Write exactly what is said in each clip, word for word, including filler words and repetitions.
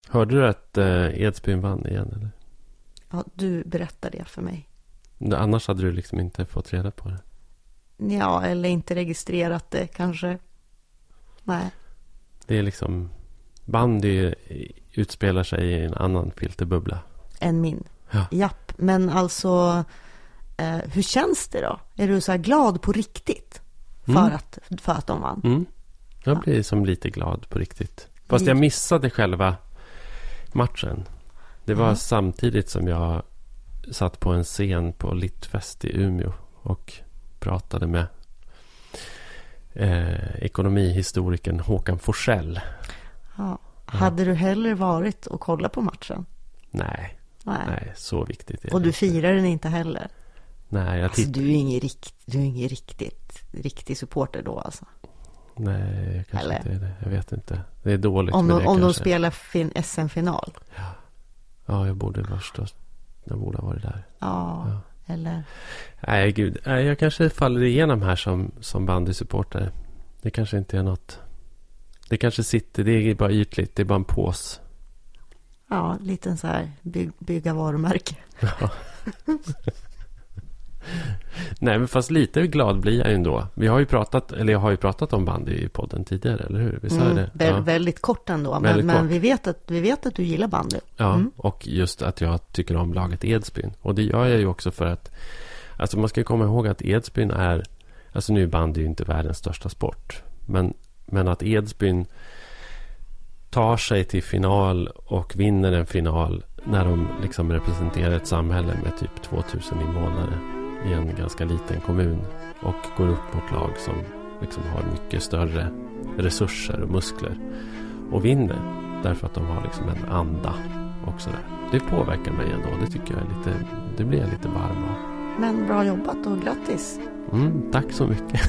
Hörde du att eh, Edsbyn vann igen eller? Ja, du berättade det för mig. Annars hade du liksom inte fått reda på det. Ja, eller inte registrerat det kanske. Nej. Det är liksom... Bandy utspelar sig i en annan filterbubbla. Än min. Ja. Japp, men alltså... Eh, hur känns det då? Är du så här glad på riktigt? För, Mm. att, för att de vann? Mm. Jag Ja. blir som lite glad på riktigt. Fast jag missade själva matchen. Det var Ja. samtidigt som jag satt på en scen på Littfest i Umeå och pratade med eh, ekonomihistorikern Håkan Forsell. Ja. Hade du hellre varit och kollat på matchen? Nej, Nej. nej, så viktigt är det Och du inte. firar den inte heller? Nej, jag Alltså, titt- du är ingen, rikt, du är ingen riktigt, riktig supporter då alltså? Nej, jag kanske Eller? inte är det. Jag vet inte. Det är dåligt Om med de, det om de kanske. spelar fin, S M-final? Ja, jag borde förstås. Jag borde ha varit där. Ja, Ja. eller? Nej, gud. Nej, jag kanske faller igenom här som, som bandysupportare. Det kanske inte är något... Det kanske sitter... Det är bara ytligt. Det är bara en pås. Ja, liten så här by, bygga varumärke. Ja. Nej, men fast lite glad blir jag ju ändå. Vi har ju pratat... Eller jag har ju pratat om bandy i podden tidigare, eller hur? Vi sa Mm, det. vä- Ja. Väldigt kort ändå. Men, Väldigt men kort. vi, vet att, vi vet att du gillar bandy. Ja, Mm. och just att jag tycker om laget Edsbyn. Och det gör jag ju också för att... Alltså man ska komma ihåg att Edsbyn är... Alltså nu är bandy ju inte världens största sport. Men, men att Edsbyn tar sig till final och vinner en final när de liksom representerar ett samhälle med typ tvåtusen invånare i en ganska liten kommun och går upp mot lag som liksom har mycket större resurser och muskler och vinner därför att de har liksom en anda och sådär. Det påverkar mig ändå. Det tycker jag är lite, det blir jag lite varm av. Men bra jobbat och grattis. Mm, tack så mycket.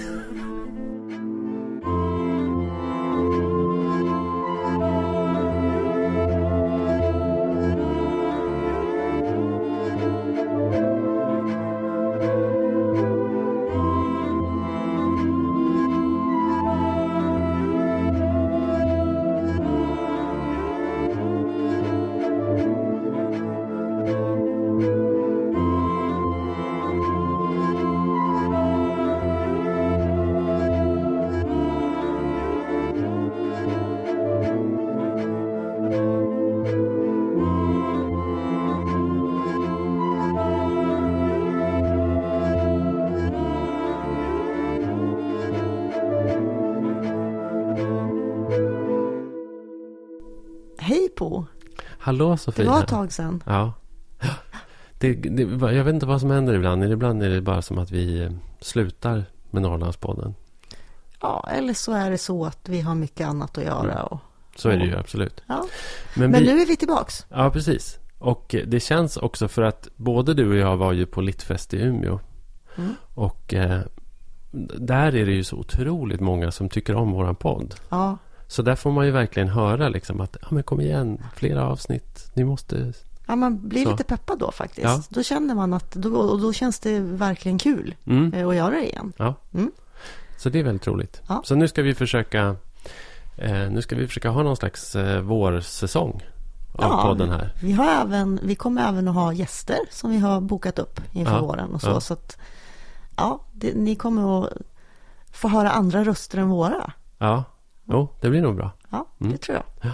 Hej på. Hallå Sofia. Det var ett tag sedan. Ja. Det, det, jag vet inte vad som händer ibland. Ibland är det bara som att vi eh, slutar med Norrlandspodden. Ja, eller så är det så att vi har mycket annat att göra. Och, Så är det ju absolut. ja. Men, Men vi, nu är vi tillbaks. Ja, precis. Och det känns också för att både du och jag var ju på Littfest i Umeå. Mm. Och eh, där är det ju så otroligt många som tycker om våran podd. Ja, Så där får man ju verkligen höra liksom att ja, men kom igen, flera avsnitt. Ni måste... ja man blir Så. lite peppad då faktiskt. Ja. Då känner man att, då, och då känns det verkligen kul Mm. eh, att göra det igen. Ja. Mm. Så det är väldigt roligt. Ja. Så nu ska vi försöka eh, nu ska vi försöka ha någon slags eh, vårsäsong av Ja. podden här. Vi, har även, vi kommer även att ha gäster som vi har bokat upp inför Ja. våren och så. Ja. Så att, ja, det, ni kommer att få höra andra röster än våra. Ja, jo, det blir nog bra. Ja, Mm. det tror jag. Ja.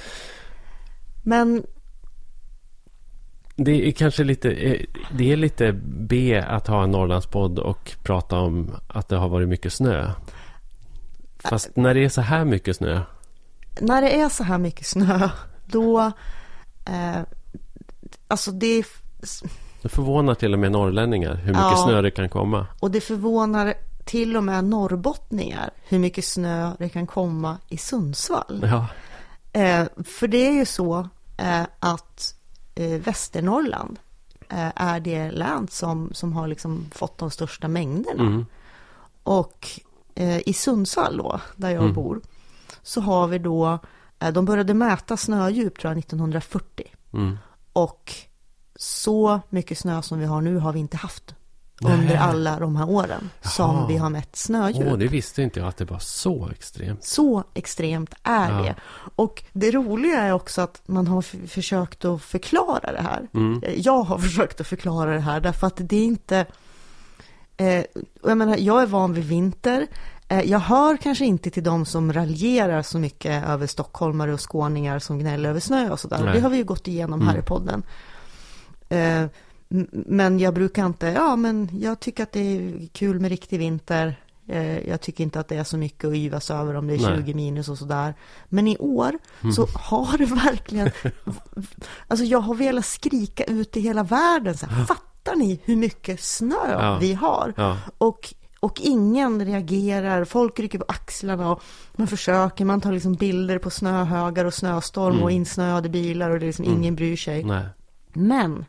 Men Det är kanske lite eh, det är lite B att ha en Norrlandspodd och prata om att det har varit mycket snö. Fast när det är så här mycket snö. när det är så här mycket snö, då eh, alltså det är, Det förvånar till och med norrlänningar hur mycket Ja. snö det kan komma. och det förvånar till och med norrbottningar hur mycket snö det kan komma i Sundsvall. Ja, Eh, för det är ju så eh, att eh, Västernorrland eh, är det län som, som har liksom fått de största mängderna. mm. Och eh, i Sundsvall då, där jag Mm. bor, så har vi då, eh, de började mäta snödjup tror jag nittonhundrafyrtio. Mm. Och så mycket snö som vi har nu har vi inte haft Nej. Under alla de här åren Jaha. Som vi har mätt snödjup. Åh, det visste inte jag att det var så extremt. Så extremt är ja. Det. Och det roliga är också att man har f- försökt att förklara det här. Mm. Jag har försökt att förklara det här därför att det är inte... Eh, jag menar, jag är van vid vinter. Eh, jag hör kanske inte till de som raljerar så mycket över stockholmare och skåningar som gnäller över snö och sådär. Det har vi ju gått igenom mm. här i podden. Eh, Men jag brukar inte, ja men jag tycker att det är kul med riktig vinter. Jag tycker inte att det är så mycket att yvas över om det är Nej. tjugo minus och sådär. Men i år mm. så har det verkligen, alltså jag har velat skrika ut i hela världen. Så här, fattar ni hur mycket snö ja. Vi har? Ja. Och, och ingen reagerar, folk rycker på axlarna och man försöker, man tar liksom bilder på snöhögar och snöstorm mm. och insnöade bilar och det är liksom mm. ingen bryr sig. Nej. Men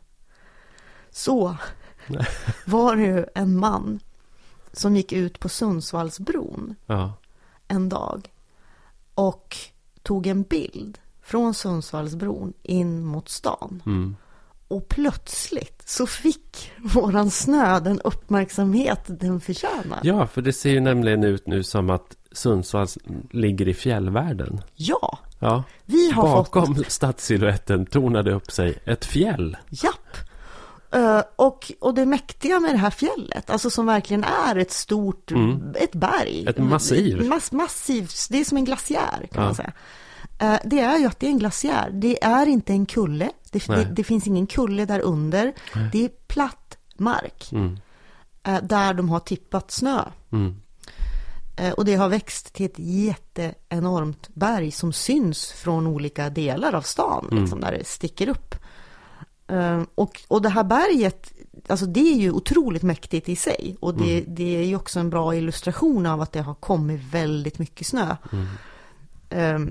så var det ju en man som gick ut på Sundsvallsbron ja. En dag och tog en bild från Sundsvallsbron in mot stan. Mm. Och plötsligt så fick våran snö den uppmärksamhet den förtjänar. Ja, för det ser ju nämligen ut nu som att Sundsvall ligger i fjällvärlden. Ja. Ja. Vi har Bakom fått... stadssilhuetten tornade upp sig ett fjäll. Japp. Uh, och, och det mäktiga med det här fjället, alltså som verkligen är ett stort, mm. ett berg. Ett massiv. Mass, massivt, det är som en glaciär kan ja. Man säga. Uh, det är ju att det är en glaciär. Det är inte en kulle. Det, det, det finns ingen kulle där under. Nej. Det är platt mark. Mm. Uh, där de har tippat snö. Mm. Uh, och det har växt till ett jätteenormt berg som syns från olika delar av stan. Mm. Liksom, där det sticker upp. Uh, och, och det här berget, alltså det är ju otroligt mäktigt i sig. Och det, mm. det är ju också en bra illustration av att det har kommit väldigt mycket snö. Mm. Uh,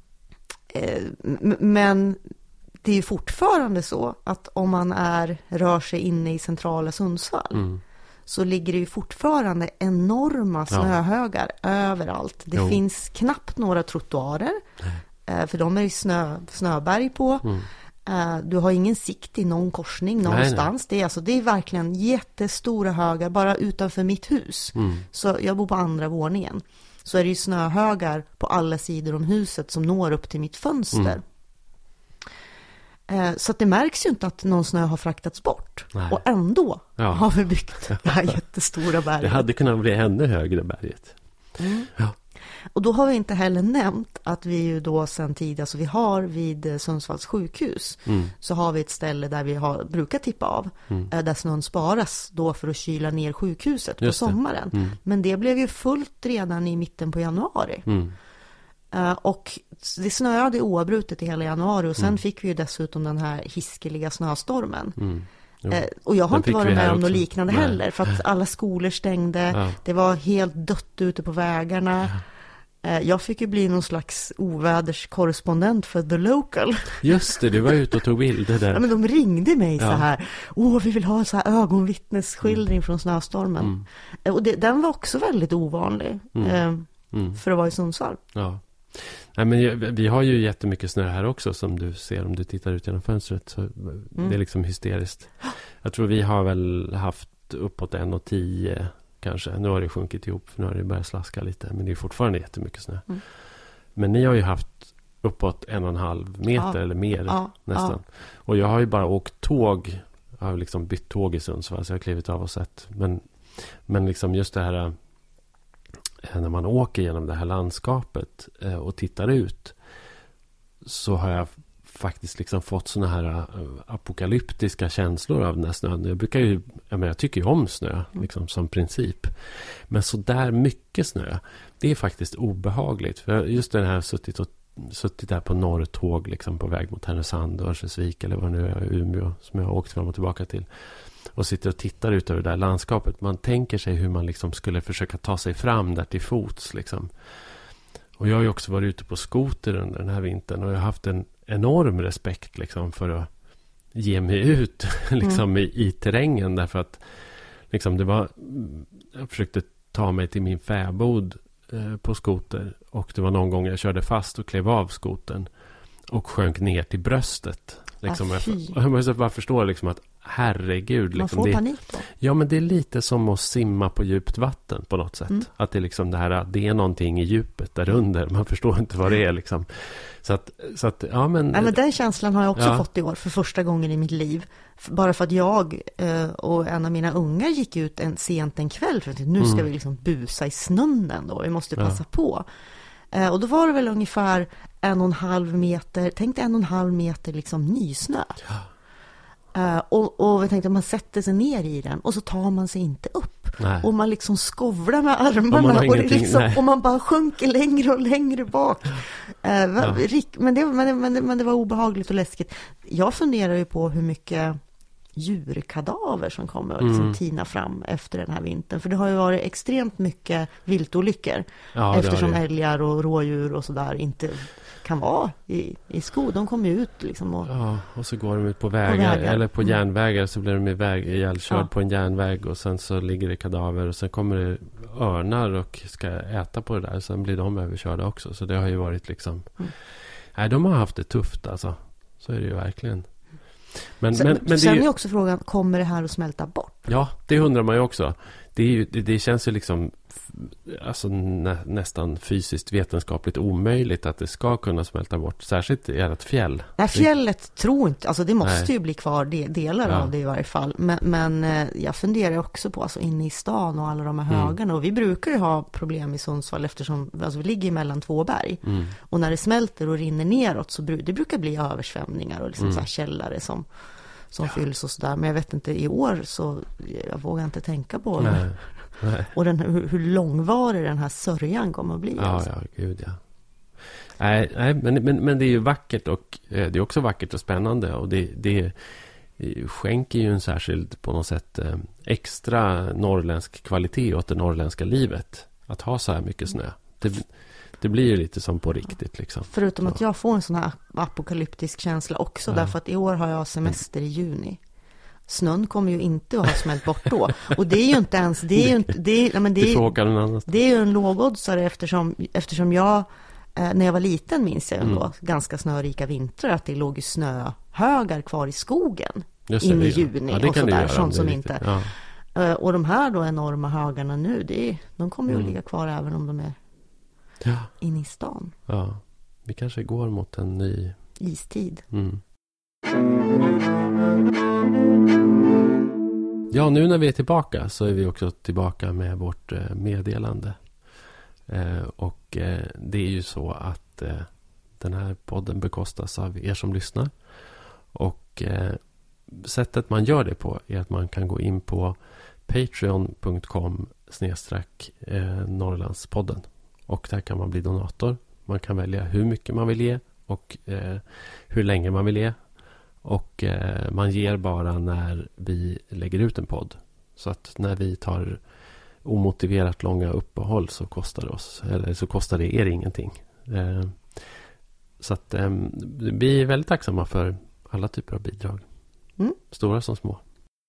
uh, men det är ju fortfarande så att om man är, rör sig inne i centrala Sundsvall mm. så ligger det ju fortfarande enorma snöhögar ja. Överallt. Det jo. Finns knappt några trottoarer. Uh, för de är ju snö, snöberg på. Mm. Du har ingen sikt i någon korsning någonstans. Nej, nej. Det, är alltså, det är verkligen jättestora högar bara utanför mitt hus. Mm. Så jag bor på andra våningen. Så är det ju snöhögar på alla sidor om huset som når upp till mitt fönster. Mm. Så att det märks ju inte att någon snö har fraktats bort. Nej. Och ändå ja. Har vi byggt det här jättestora berget. Det hade kunnat bli ännu högre berget. Mm. Ja. Och då har vi inte heller nämnt att vi ju då sedan tidigare, så vi har vid Sundsvalls sjukhus mm. så har vi ett ställe där vi har brukat tippa av mm. där snön sparas då för att kyla ner sjukhuset Just på sommaren. Mm. Men det blev ju fullt redan i mitten på januari. Mm. Uh, och det snöade oavbrutet i hela januari och sen mm. fick vi ju dessutom den här hiskeliga snöstormen. Mm. Eh, och jag har inte varit med om något liknande Nej. Heller för att alla skolor stängde, ja. Det var helt dött ute på vägarna. Ja. Eh, jag fick ju bli någon slags oväderskorrespondent för The Local. Just det, du var ute och tog bilder där. Ja, men de ringde mig ja. Så här, åh vi vill ha en så här ögonvittnesskildring mm. från snöstormen. Mm. Eh, och det, den var också väldigt ovanlig mm. Eh, mm. för att vara i Sundsvall. Ja. Nej, men vi har ju jättemycket snö här också som du ser om du tittar ut genom fönstret. Så mm. det är liksom hysteriskt. Jag tror vi har väl haft uppåt en och tio kanske. Nu har det sjunkit ihop för nu har det börjat slaska lite. Men det är fortfarande jättemycket snö. Mm. Men ni har ju haft uppåt en och en halv meter ja. Eller mer ja. Nästan. Ja. Och jag har ju bara åkt tåg. Jag har liksom bytt tåg i Sundsvall så jag har klivit av och sett. Men, men liksom just det här... när man åker genom det här landskapet eh, och tittar ut så har jag faktiskt liksom fått såna här uh, apokalyptiska känslor av den här snön. Jag brukar ju, jag, menar, jag tycker ju om snö liksom, som princip. Men så där mycket snö, det är faktiskt obehagligt. För just den här suttit, och, suttit där på norrtåg liksom, på väg mot Härnösand och Örnsköldsvik eller vad nu är, Umeå som jag har åkt fram och tillbaka till. Och sitter och tittar ut över det där landskapet. Man tänker sig hur man liksom skulle försöka ta sig fram där till fots. Liksom. Och jag har ju också varit ute på skoter under den här vintern. Och jag har haft en enorm respekt liksom, för att ge mig ut liksom, mm. i, i terrängen. Därför att liksom, det var, jag försökte ta mig till min fäbod eh, på skoter. Och det var någon gång jag körde fast och klev av skotern. Och sjönk ner till bröstet. Liksom, ah, jag, jag måste bara förstå liksom, att herregud. Man liksom, får det, panik då. Ja, men det är lite som att simma på djupt vatten på något sätt. Mm. Att det är liksom det här, det är någonting i djupet där under. Man förstår inte vad det är liksom. Så att, så att ja men... Ja, men den känslan har jag också ja. fått i år för första gången i mitt liv. Bara för att jag eh, och en av mina ungar gick ut en, sent en kväll för att nu ska mm. vi liksom busa i snön då. Vi måste passa ja. på. Eh, och då var det väl ungefär en och en halv meter, tänk dig en och en halv meter liksom nysnö. Ja. Uh, och, och jag tänkte att man sätter sig ner i den och så tar man sig inte upp. Nej. Och man liksom skovlar med armarna och, och, det liksom, och man bara sjunker längre och längre bak. Uh, ja. men, det, men, det, men, det, men det var obehagligt och läskigt. Jag funderar ju på hur mycket djurkadaver som kommer att liksom mm. tina fram efter den här vintern. För det har ju varit extremt mycket viltolyckor. Ja, eftersom älgar och rådjur och sådär inte kan vara i, i skog. De kommer ut liksom. Och, ja, och så går de ut på vägar, på vägar. eller på järnvägar så blir de iväg ihjälkörd ja. på en järnväg och sen så ligger det kadaver och sen kommer det örnar och ska äta på det där. Sen blir de överkörda också. Så det har ju varit liksom... Mm. Nej, de har haft det tufft alltså. Så är det ju verkliation. Men, sen, men, men sen det är, ju... är också frågan, kommer det här att smälta bort? Ja, det undrar man ju också. Det, är ju, det, det känns ju liksom alltså nä, nästan fysiskt vetenskapligt omöjligt att det ska kunna smälta bort. Särskilt i ett fjäll. Nej, fjället det... tror inte, alltså det måste Nej. ju bli kvar de, delar ja. av det i varje fall. Men, men jag funderar också på alltså inne i stan och alla de här mm. högarna. Och vi brukar ju ha problem i Sundsvall eftersom alltså, vi ligger mellan två berg. Mm. Och när det smälter och rinner neråt så bru- det brukar bli översvämningar och liksom mm. så här källare som... som ja. fylls och sådär. Men jag vet inte, i år så jag vågar inte tänka på det. Nej. Nej. Och den, hur, hur långvarig den här sörjan kommer att bli. Ja, alltså. ja, gud ja. Nej, nej men, men, men det är ju vackert och eh, det är också vackert och spännande och det, det, det skänker ju en särskild på något sätt eh, extra norrländsk kvalitet åt det norrländska livet. Att ha så här mycket snö. Det, det blir ju lite som på riktigt liksom. Förutom så. att jag får en sån här apokalyptisk känsla också. Ja. Därför att i år har jag semester i juni. Snön kommer ju inte att ha smält bort då. Och det är ju inte ens... Det är ju, inte, det är, nej, men det är, det är ju en lågoddsare eftersom, eftersom jag... Eh, när jag var liten minns jag ändå mm. ganska snörika vintrar att det låg ju snöhögar kvar i skogen. In i juni ja, och sådär. Sånt som inte... Ja. Eh, och de här då enorma högarna nu, det är, de kommer ju mm. att ligga kvar även om de är... Ja. In i stan. Ja, vi kanske går mot en ny... istid. Mm. Ja, nu när vi är tillbaka så är vi också tillbaka med vårt eh, meddelande. Eh, och eh, det är ju så att eh, den här podden bekostas av er som lyssnar. Och eh, sättet man gör det på är att man kan gå in på patreon punkt com snedstreck Norrlandspodden. Och där kan man bli donator. Man kan välja hur mycket man vill ge och eh, hur länge man vill ge. Och eh, man ger bara när vi lägger ut en podd. Så att när vi tar omotiverat långa uppehåll så kostar det oss, eller så kostar det er ingenting. Eh, så att eh, vi är väldigt tacksamma för alla typer av bidrag. Mm. Stora som små.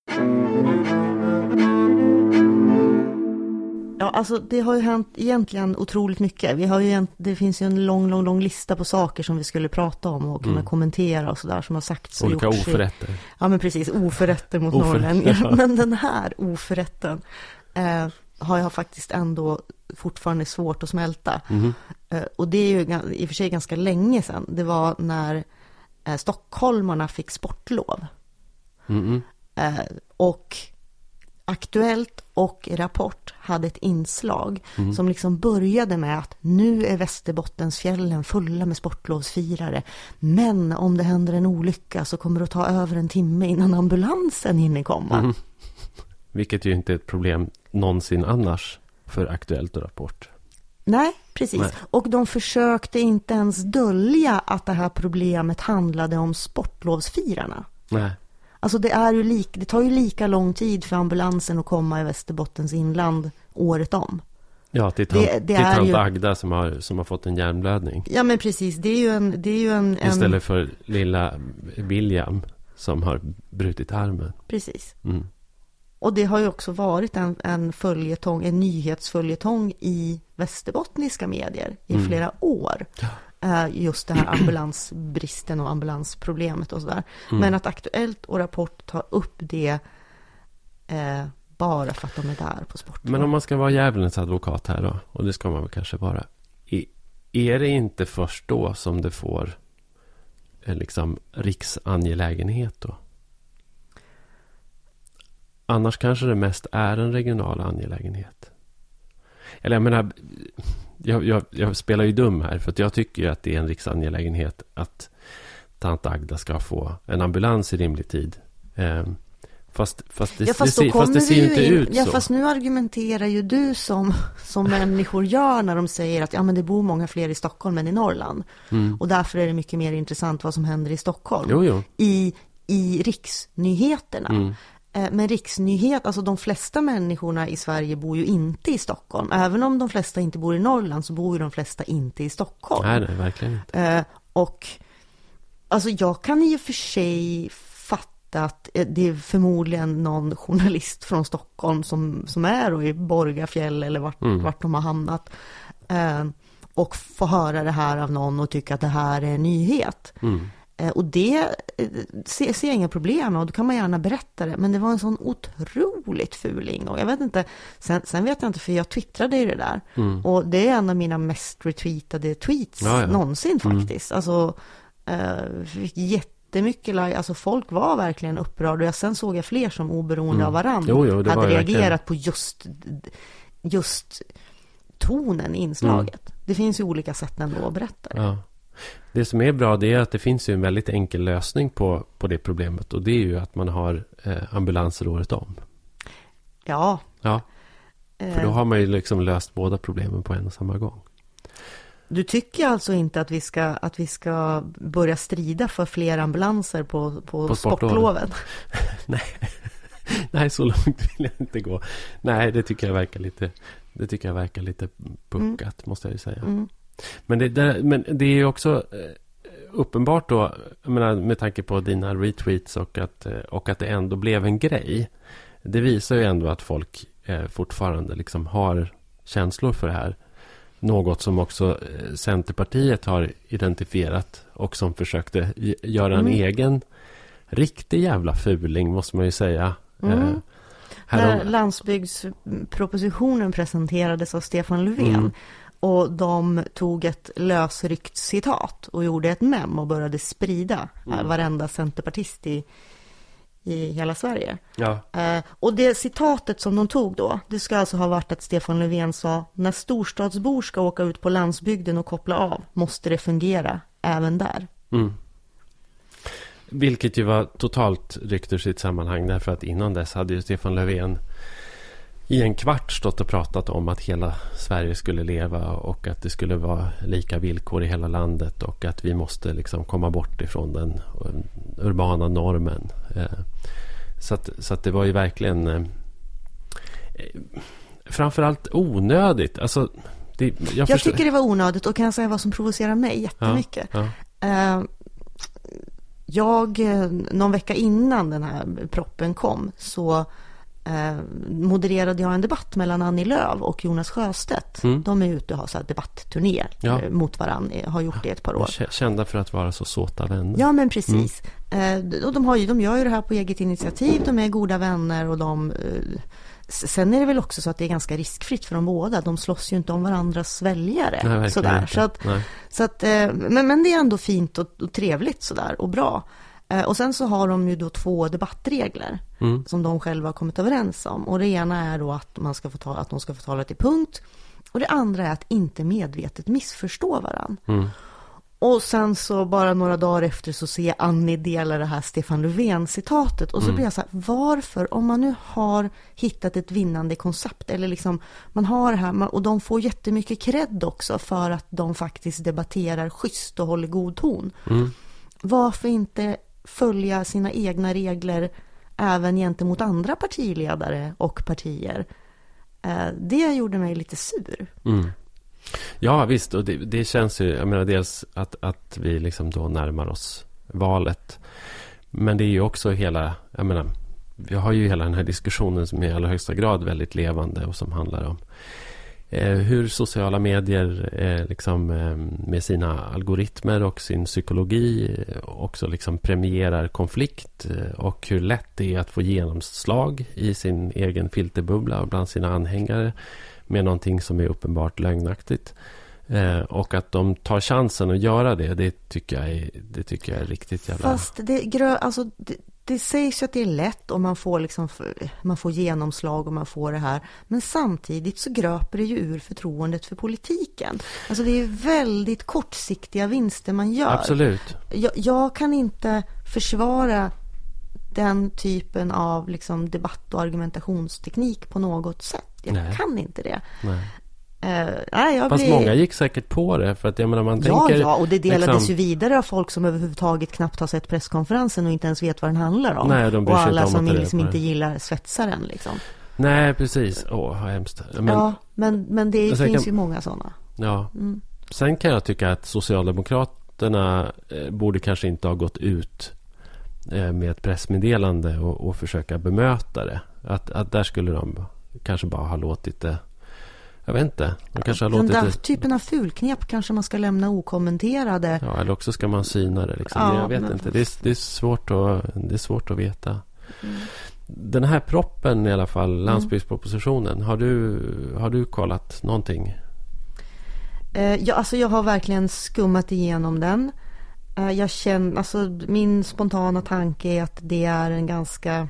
Ja, alltså det har ju hänt egentligen otroligt mycket. Vi har ju, det finns ju en lång, lång, lång lista på saker som vi skulle prata om och kunna mm. kommentera och sådär som har sagts och olika gjorts. oförrätter. Ja, men precis. Oförrätter mot norrlänningar. Men den här oförrätten eh, har jag faktiskt ändå fortfarande svårt att smälta. Mm. Eh, och det är ju i och för sig ganska länge sedan. Det var när eh, stockholmarna fick sportlov. Mm. Eh, och Aktuellt och Rapport hade ett inslag mm. som liksom började med att nu är Västerbottensfjällen fulla med sportlovsfirare. Men om det händer en olycka så kommer det att ta över en timme innan ambulansen hinner komma. Mm. Vilket ju inte är ett problem någonsin annars för Aktuellt och Rapport. Nej, precis. Nej. Och de försökte inte ens dölja att det här problemet handlade om sportlovsfirarna. Nej. Alltså det, är ju lik, det tar ju lika lång tid för ambulansen att komma i Västerbottens inland året om. Ja, det är tant, det, det är tant ju... Agda som har, som har fått en hjärnblödning. Ja, men precis. Det är ju en... Det är ju en, en... Istället för lilla William som har brutit armen. Precis. Mm. Och det har ju också varit en, en följetong, en nyhetsföljetong i västerbottniska medier i mm. flera år. eh, just det här ambulansbristen och ambulansproblemet och sådär. Mm. Men att Aktuellt och Rapport tar upp det eh, bara för att de är där på sporten. Men om man ska vara djävulens advokat här då, och det ska man väl kanske vara, är det inte först då som det får en liksom riksangelägenhet då? Annars kanske det mest är en regional angelägenhet. Eller jag menar, jag, jag, jag spelar ju dum här, för att jag tycker ju att det är en riksangelägenhet att tant Agda ska få en ambulans i rimlig tid. Eh, fast, fast, det, ja, fast, det, fast det ser ju inte in, ut ja, så. Fast nu argumenterar ju du som, som människor gör när de säger att ja, men det bor många fler i Stockholm än i Norrland. Mm. Och därför är det mycket mer intressant vad som händer i Stockholm. Jo, jo. I, i riksnyheterna. Mm. Men riksnyhet, alltså de flesta människorna i Sverige bor ju inte i Stockholm. Även om de flesta inte bor i Norrland så bor ju de flesta inte i Stockholm. Nej, nej, verkligen inte. Eh, och alltså jag kan i och för sig fatta att det är förmodligen någon journalist från Stockholm som, som är då i Borgafjäll eller vart, mm. vart de har hamnat. Eh, och få höra det här av någon och tycka att det här är en nyhet. Mm. Och det ser, ser jag inga problem med, och då kan man gärna berätta det. Men det var en sån otroligt fuling. Och jag vet inte, sen, sen vet jag inte, för jag twittrade i det där. Mm. Och det är en av mina mest retweetade tweets ja, ja. någonsin faktiskt. Mm. Alltså, uh, fick jättemycket like. Alltså folk var verkligen upprörda. Och sen såg jag fler som oberoende mm. av varandra jo, jo, hade reagerat verkligen på just, just tonen i inslaget. Mm. Det finns ju olika sätt ändå att berätta det. Ja. Det som är bra, det är att det finns ju en väldigt enkel lösning på, på det problemet. Och det är ju att man har eh, ambulanser året om. Ja. Ja. För då har man ju liksom löst båda problemen på en och samma gång. Du tycker alltså inte att vi ska, att vi ska börja strida för fler ambulanser på, på, på sportloven? Nej. Nej, så långt vill jag inte gå. Nej, det tycker jag verkar lite, det tycker jag verkar lite puckat, mm. måste jag ju säga. Mm. Men det, det, men det är ju också uppenbart då, jag menar, med tanke på dina retweets och att, och att det ändå blev en grej. Det visar ju ändå att folk eh, fortfarande liksom har känslor för det här. Något som också eh, Centerpartiet har identifierat och som försökte g- göra en mm. egen riktig jävla fuling, måste man ju säga. Mm. Eh, När landsbygdspropositionen presenterades av Stefan Löfven mm. och de tog ett lösryckt citat och gjorde ett mem och började sprida mm. varenda centerpartist i, i hela Sverige. Ja. Eh, och det citatet som de tog då, det ska alltså ha varit att Stefan Löfven sa: när storstadsbor ska åka ut på landsbygden och koppla av måste det fungera även där. Mm. Vilket ju var totalt ryckt ur sitt sammanhang, därför att innan dess hade ju Stefan Löfven i en kvart stått och pratat om att hela Sverige skulle leva och att det skulle vara lika villkor i hela landet och att vi måste liksom komma bort ifrån den urbana normen. Så att, så att det var ju verkligen eh, framförallt onödigt. Alltså, det, jag, jag tycker det var onödigt, och kan jag säga vad som provocerar mig jättemycket. Ja, ja. Uh, jag, någon vecka innan den här proppen kom, så Eh, modererade jag en debatt mellan Annie Lööf och Jonas Sjöstedt. Mm. De är ute och har så här debattturné ja. eh, mot varandra. Har gjort det ett par år. Kända för att vara så såta vänner. Ja, men precis. Mm. Eh, och de, har ju, de gör ju det här på eget initiativ. De är goda vänner och de... Eh, sen är det väl också så att det är ganska riskfritt för de båda. De slåss ju inte om varandras väljare. Nej, sådär. Så att, så att, eh, men, men det är ändå fint och, och trevligt sådär och bra. Och sen så har de ju då två debattregler mm. som de själva har kommit överens om. Och det ena är då att, man ska få ta, att de ska få tala till punkt. Och det andra är att inte medvetet missförstå varann. Mm. Och sen så bara några dagar efter så ser Annie dela det här Stefan Löfven-citatet. Och så mm. blir jag så här, varför, om man nu har hittat ett vinnande koncept, eller liksom man har det här, och de får jättemycket cred också för att de faktiskt debatterar schysst och håller god ton. Mm. Varför inte följa sina egna regler även gentemot andra partiledare och partier? Det gjorde mig lite sur. Mm. Ja, visst. Och det, det känns ju, jag menar, dels att, att vi liksom då närmar oss valet. Men det är ju också hela, jag menar, vi har ju hela den här diskussionen som är i allra högsta grad väldigt levande och som handlar om eh, hur sociala medier eh, liksom, eh, med sina algoritmer och sin psykologi eh, också liksom premierar konflikt eh, och hur lätt det är att få genomslag i sin egen filterbubbla och bland sina anhängare med någonting som är uppenbart lögnaktigt. Eh, och att de tar chansen att göra det, det tycker jag är, det tycker jag är riktigt jävla... Fast det, grö, alltså, det, det sägs ju att det är lätt om man får, liksom, man får genomslag och man får det här. Men samtidigt så gröper det ju ur förtroendet för politiken. Alltså det är väldigt kortsiktiga vinster man gör. Absolut. Jag, jag kan inte försvara den typen av liksom, debatt- och argumentationsteknik på något sätt. Jag Nej. kan inte det. Nej. Uh, nej, jag Fast blir... många gick säkert på det för att jag menar, man ja, tänker... Ja, och det delades liksom... ju vidare av folk som överhuvudtaget knappt har sett presskonferensen och inte ens vet vad den handlar om. Nej, de och alla som inte, liksom inte gillar svetsaren liksom. Nej, precis. Åh, oh, hemskt. Men, ja, men, men det finns kan... ju många sådana. Ja. Mm. Sen kan jag tycka att Socialdemokraterna eh, borde kanske inte ha gått ut eh, med ett pressmeddelande och, och försöka bemöta det. Att, att där skulle de kanske bara ha låtit det. Jag vet inte. De kanske har Den låtit där det... typen av fulknep kanske man ska lämna okommenterade. Ja, eller också ska man syna det. Liksom. Ja, jag vet men... inte. Det är, det, är svårt att, det är svårt att veta. Mm. Den här proppen i alla fall, landsbygdspropositionen, mm. har, du, har du kollat någonting? Eh, ja, alltså jag har verkligen skummat igenom den. Eh, jag känner, alltså min spontana tanke är att det är en ganska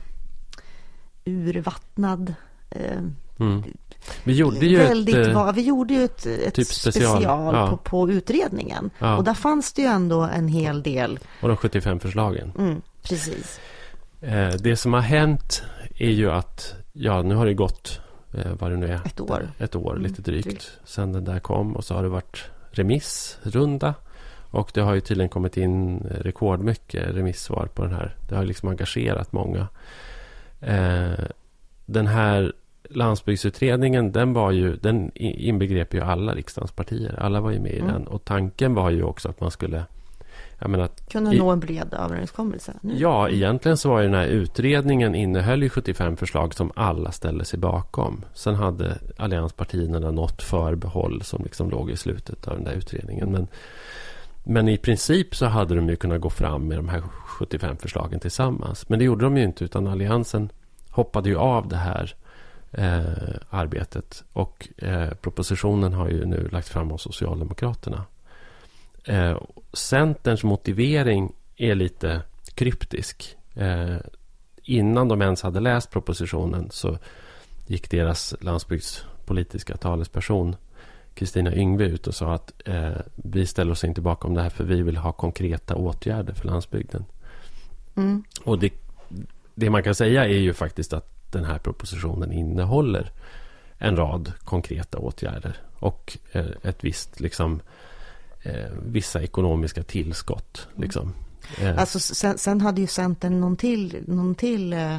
urvattnad... Eh, mm. Vi gjorde ju väldigt, ett, va, vi gjorde ju ett, ett typ special, special ja. på, på utredningen. Ja. Och där fanns det ju ändå en hel del. Och de sjuttiofem förslagen. Mm, precis. Eh, det som har hänt är ju att, ja, nu har det gått, eh, vad det nu är. Ett år. Ett år, mm, lite drygt. drygt. Sen den där kom och så har det varit remissrunda. Och det har ju tydligen kommit in rekordmycket remissvar på den här. Det har liksom engagerat många. Eh, den här landsbygdsutredningen, den var ju, den inbegrep ju alla riksdagens partier. Alla var ju med i mm. den. Och tanken var ju också att man skulle, jag menar, kunna i, nå en bred överenskommelse. Nu. Ja, egentligen så var ju den här utredningen innehöll ju sjuttiofem förslag som alla ställde sig bakom. Sen hade allianspartierna något förbehåll som liksom låg i slutet av den där utredningen. Men, men i princip så hade de ju kunnat gå fram med de här sjuttiofem förslagen tillsammans. Men det gjorde de ju inte, utan alliansen hoppade ju av det här Eh, arbetet och eh, propositionen har ju nu lagt fram av Socialdemokraterna. Eh, Centerns motivering är lite kryptisk. Eh, innan de ens hade läst propositionen så gick deras landsbygdspolitiska talesperson Kristina Yngve ut och sa att eh, vi ställer oss inte bakom det här för vi vill ha konkreta åtgärder för landsbygden. Mm. Och det, det man kan säga är ju faktiskt att den här propositionen innehåller en rad konkreta åtgärder och eh, ett visst liksom eh, vissa ekonomiska tillskott liksom. Eh. Alltså sen, sen hade ju Centern någon till, någon till eh,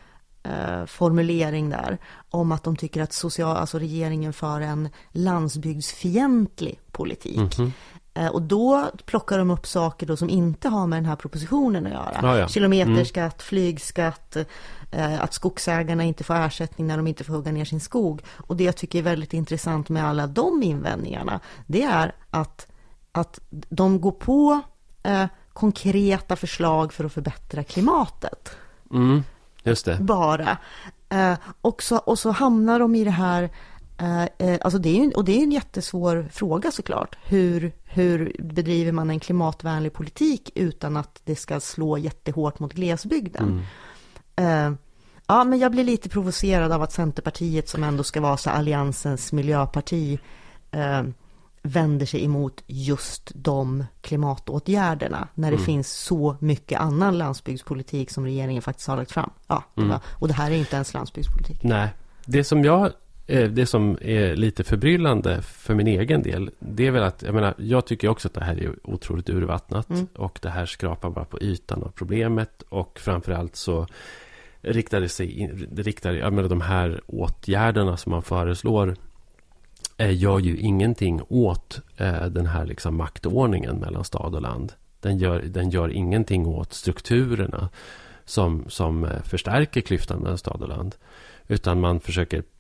eh, formulering där om att de tycker att social, alltså regeringen för en landsbygdsfientlig politik. Mm-hmm. Eh, och då plockar de upp saker då som inte har med den här propositionen att göra. Ja, ja. Kilometerskatt, mm. flygskatt, Mm. att skogsägarna inte får ersättning när de inte får hugga ner sin skog. Och det jag tycker är väldigt intressant med alla de invändningarna, det är att, att de går på eh, konkreta förslag för att förbättra klimatet. Mm, just det. Bara. Eh, och, så, och så hamnar de i det här, eh, alltså det är ju, och det är en jättesvår fråga såklart. Hur, hur bedriver man en klimatvänlig politik utan att det ska slå jättehårt mot glesbygden? Mm. Uh, ja, men jag blir lite provocerad av att Centerpartiet, som ändå ska vara så alliansens miljöparti, uh, vänder sig emot just de klimatåtgärderna när det mm. finns så mycket annan landsbygdspolitik som regeringen faktiskt har lagt fram. Ja, det mm. var, och det här är inte ens landsbygdspolitik. Nej, det som jag det som är lite förbryllande för min egen del, det är väl att, jag menar, jag tycker också att det här är otroligt urvattnat mm. och det här skrapar bara på ytan av problemet och framförallt så riktar det sig in, det riktar, jag menar, de här åtgärderna som man föreslår eh, gör ju ingenting åt eh, den här liksom maktordningen mellan stad och land. Den gör, den gör ingenting åt strukturerna som, som eh, förstärker klyftan mellan stad och land, utan man försöker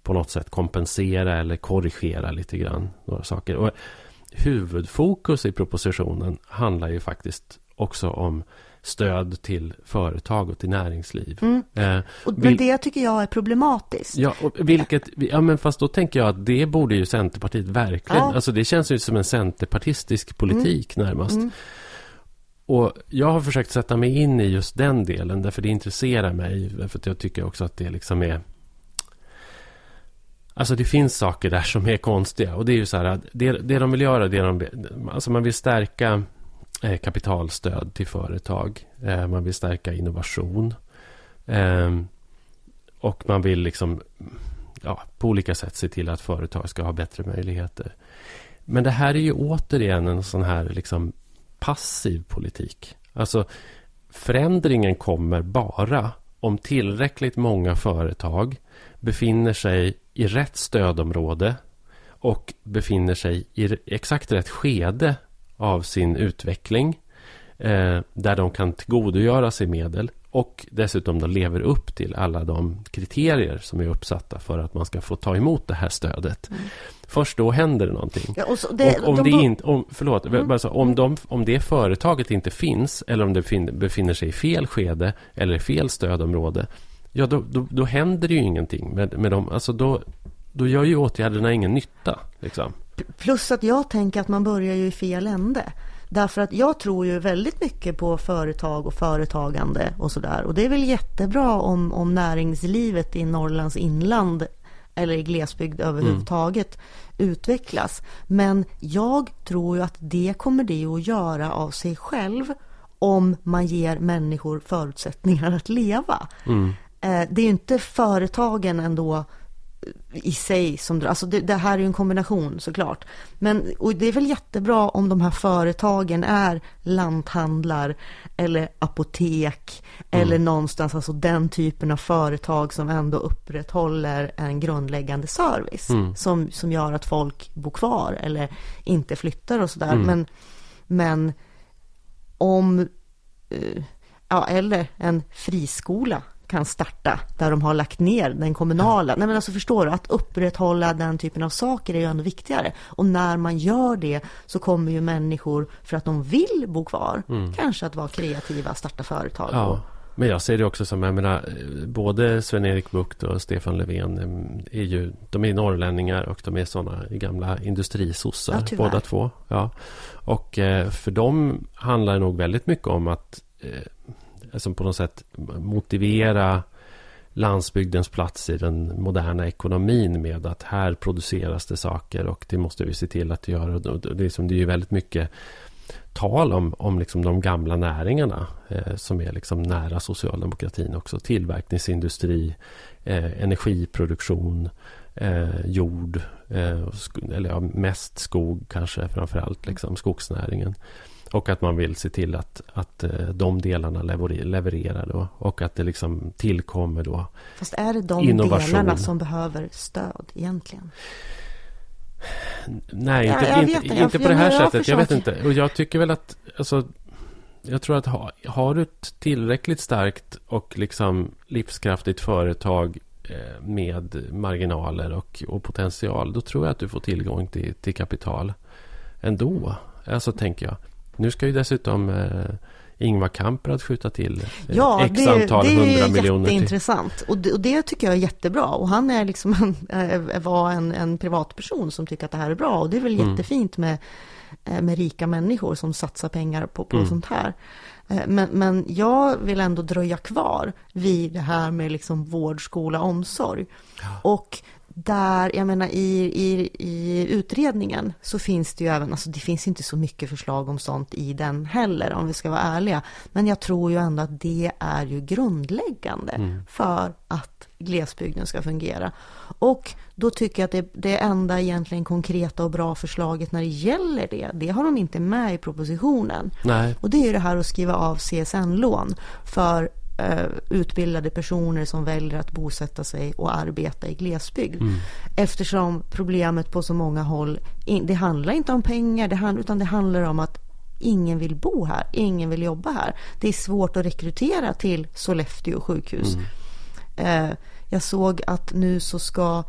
på något sätt kompensera eller korrigera lite grann några saker. Och huvudfokus i propositionen handlar ju faktiskt också om stöd till företag och till näringsliv. Mm. Eh, och, men det tycker jag är problematiskt. Ja, och vilket, ja, men fast då tänker jag att det borde ju Centerpartiet verkligen, ja. Alltså det känns ju som en centerpartistisk politik mm. närmast. Mm. Och jag har försökt sätta mig in i just den delen därför det intresserar mig, för att jag tycker också att det liksom är, alltså det finns saker där som är konstiga, och det är ju så här att det, det de vill göra, det de, alltså man vill stärka eh, kapitalstöd till företag, eh, man vill stärka innovation eh, och man vill liksom ja, på olika sätt se till att företag ska ha bättre möjligheter. Men det här är ju återigen en sån här liksom passiv politik. Alltså förändringen kommer bara om tillräckligt många företag befinner sig i rätt stödområde och befinner sig i exakt rätt skede av sin utveckling eh, där de kan tillgodogöra sig medel och dessutom de lever upp till alla de kriterier som är uppsatta för att man ska få ta emot det här stödet. Mm. Först då händer det någonting. Ja, och så det, och om, de, det inte, om, förlåt, mm. bara så, om, de, om det företaget inte finns eller om det fin, befinner sig i fel skede eller i fel stödområde, ja då, då, då händer det ju ingenting med, med dem. Alltså då, då gör ju åtgärderna ingen nytta. Liksom. Plus att jag tänker att man börjar ju i fel ände. Därför att jag tror ju väldigt mycket på företag och företagande och sådär. Och det är väl jättebra om, om näringslivet i Norrlands inland eller i glesbygd överhuvudtaget mm. utvecklas. Men jag tror ju att det kommer det att göra av sig själv om man ger människor förutsättningar att leva. Mm. Eh, det är ju inte företagen ändå i sig som, alltså det, det här är ju en kombination såklart, men och det är väl jättebra om de här företagen är lanthandlar eller apotek mm. eller någonstans, alltså den typen av företag som ändå upprätthåller en grundläggande service mm. som, som gör att folk bor kvar eller inte flyttar och sådär, mm. men, men om uh, ja, eller en friskola kan starta där de har lagt ner den kommunala. Nej men alltså förstår du, att upprätthålla den typen av saker är ju ändå viktigare. Och när man gör det så kommer ju människor för att de vill bo kvar mm. kanske att vara kreativa, starta företag. Ja, men jag ser det också som, jag menar, både Sven-Erik Bucht och Stefan Löfven är ju, de är norrlänningar och de är sådana gamla industrisossar, ja, båda två. Ja. Och eh, för dem handlar det nog väldigt mycket om att eh, som på något sätt motivera landsbygdens plats i den moderna ekonomin med att här produceras det saker och det måste vi se till att göra. Det är, som, det är ju väldigt mycket tal om, om liksom de gamla näringarna eh, som är liksom nära socialdemokratin också. Tillverkningsindustri, eh, energiproduktion, eh, jord, eh, sk- eller ja, mest skog kanske framförallt, liksom, skogsnäringen. Och att man vill se till att, att de delarna levererar då. Och att det liksom tillkommer då. Fast är det de innovation. Delarna som behöver stöd egentligen? Nej, inte, ja, inte, inte, inte på det här jag sättet. Jag vet inte. Och jag tycker väl att, alltså, jag tror att ha, har du ett tillräckligt starkt och liksom livskraftigt företag eh, med marginaler och, och potential, då tror jag att du får tillgång till, till kapital ändå. Alltså tänker jag. Nu ska ju dessutom eh, Ingvar Kamprad skjuta till eh, ja, x antal hundra miljoner. Ja, det är jätteintressant. Till. Och, det, och det tycker jag är jättebra. Och han är liksom en, äh, var en, en privatperson som tycker att det här är bra. Och det är väl mm. jättefint med, med rika människor som satsar pengar på, på mm. sånt här. Men, men jag vill ändå dröja kvar vid det här med liksom vård, skola, omsorg. Ja. Och där, jag menar, i, i, i utredningen så finns det ju även, alltså det finns inte så mycket förslag om sånt i den heller, om vi ska vara ärliga. Men jag tror ju ändå att det är ju grundläggande mm. för att glesbygden ska fungera. Och då tycker jag att det, det enda egentligen konkreta och bra förslaget när det gäller det, det har de inte med i propositionen. Nej. Och det är ju det här att skriva av C S N-lån för utbildade personer som väljer att bosätta sig och arbeta i glesbygd. Mm. Eftersom problemet på så många håll, det handlar inte om pengar, det handlar, utan det handlar om att ingen vill bo här, ingen vill jobba här. Det är svårt att rekrytera till Sollefteå sjukhus. Mm. Jag såg att nu så ska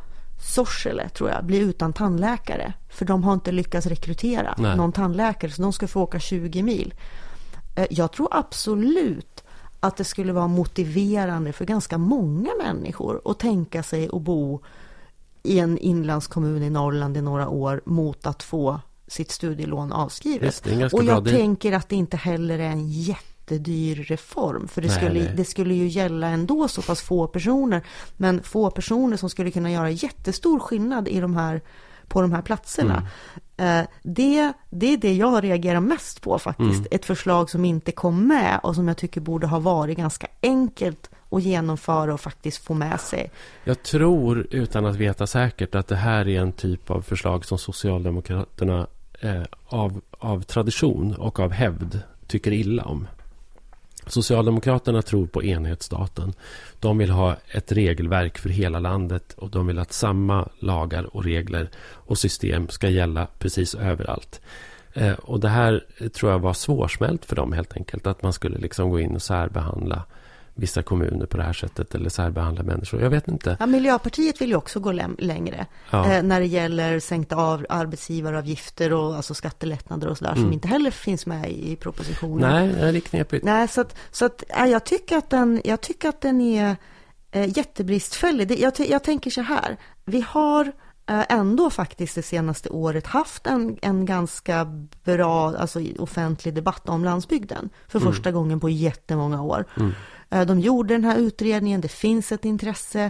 Sorsele, tror jag, blir utan tandläkare. För de har inte lyckats rekrytera Nej. någon tandläkare, så de ska få åka tjugo mil. Jag tror absolut att det skulle vara motiverande för ganska många människor att tänka sig att bo i en inlandskommun i Norrland i några år mot att få sitt studielån avskrivet. Visst, och jag tänker att det inte heller är en jättedyr reform, för det, nej, skulle, nej. det skulle ju gälla ändå så pass få personer, men få personer som skulle kunna göra jättestor skillnad i de här, på de här platserna. Mm. Det, det är det jag reagerar mest på faktiskt. Mm. Ett förslag som inte kom med och som jag tycker borde ha varit ganska enkelt att genomföra och faktiskt få med sig. Jag tror, utan att veta säkert, att det här är en typ av förslag som Socialdemokraterna eh, av, av tradition och av hävd tycker illa om. Socialdemokraterna tror på enhetsstaten. De vill ha ett regelverk för hela landet och de vill att samma lagar och regler och system ska gälla precis överallt. Eh, och det här tror jag var svårsmält för dem helt enkelt. Att man skulle liksom gå in och särbehandla vissa kommuner på det här sättet eller särbehandla människor. Jag vet inte. Ja, Miljöpartiet vill ju också gå läm- längre ja. eh, när det gäller sänkta av arbetsgivaravgifter och alltså skattelättnader och sådär mm. som inte heller finns med i propositionen. Nej, det är knepigt. Nej, så att, så att ja, jag tycker att den, jag tycker att den är eh, jättebristfällig. Det, jag, jag tänker så här. Vi har eh, ändå faktiskt det senaste året haft en, en ganska bra alltså, offentlig debatt om landsbygden för mm. första gången på jättemånga år. Mm. De gjorde den här utredningen, det finns ett intresse.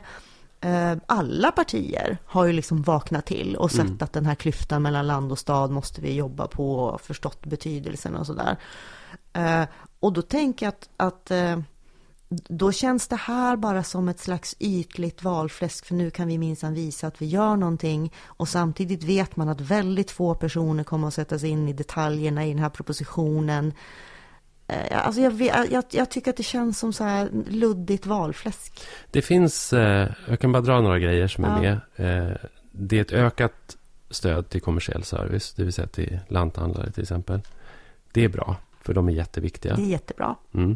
Alla partier har ju liksom vaknat till och sett mm. att den här klyftan mellan land och stad måste vi jobba på och förstått betydelsen och sådär. Och då tänker jag att, att då känns det här bara som ett slags ytligt valfläsk, för nu kan vi minsann visa att vi gör någonting, och samtidigt vet man att väldigt få personer kommer att sätta sig in i detaljerna i den här propositionen. Alltså jag, jag, jag tycker att det känns som så här luddigt valfläsk. Det finns, eh, jag kan bara dra några grejer som ja. är med. Eh, det är ett ökat stöd till kommersiell service, det vill säga till lanthandlare till exempel. Det är bra, för de är jätteviktiga. Det är jättebra. Mm.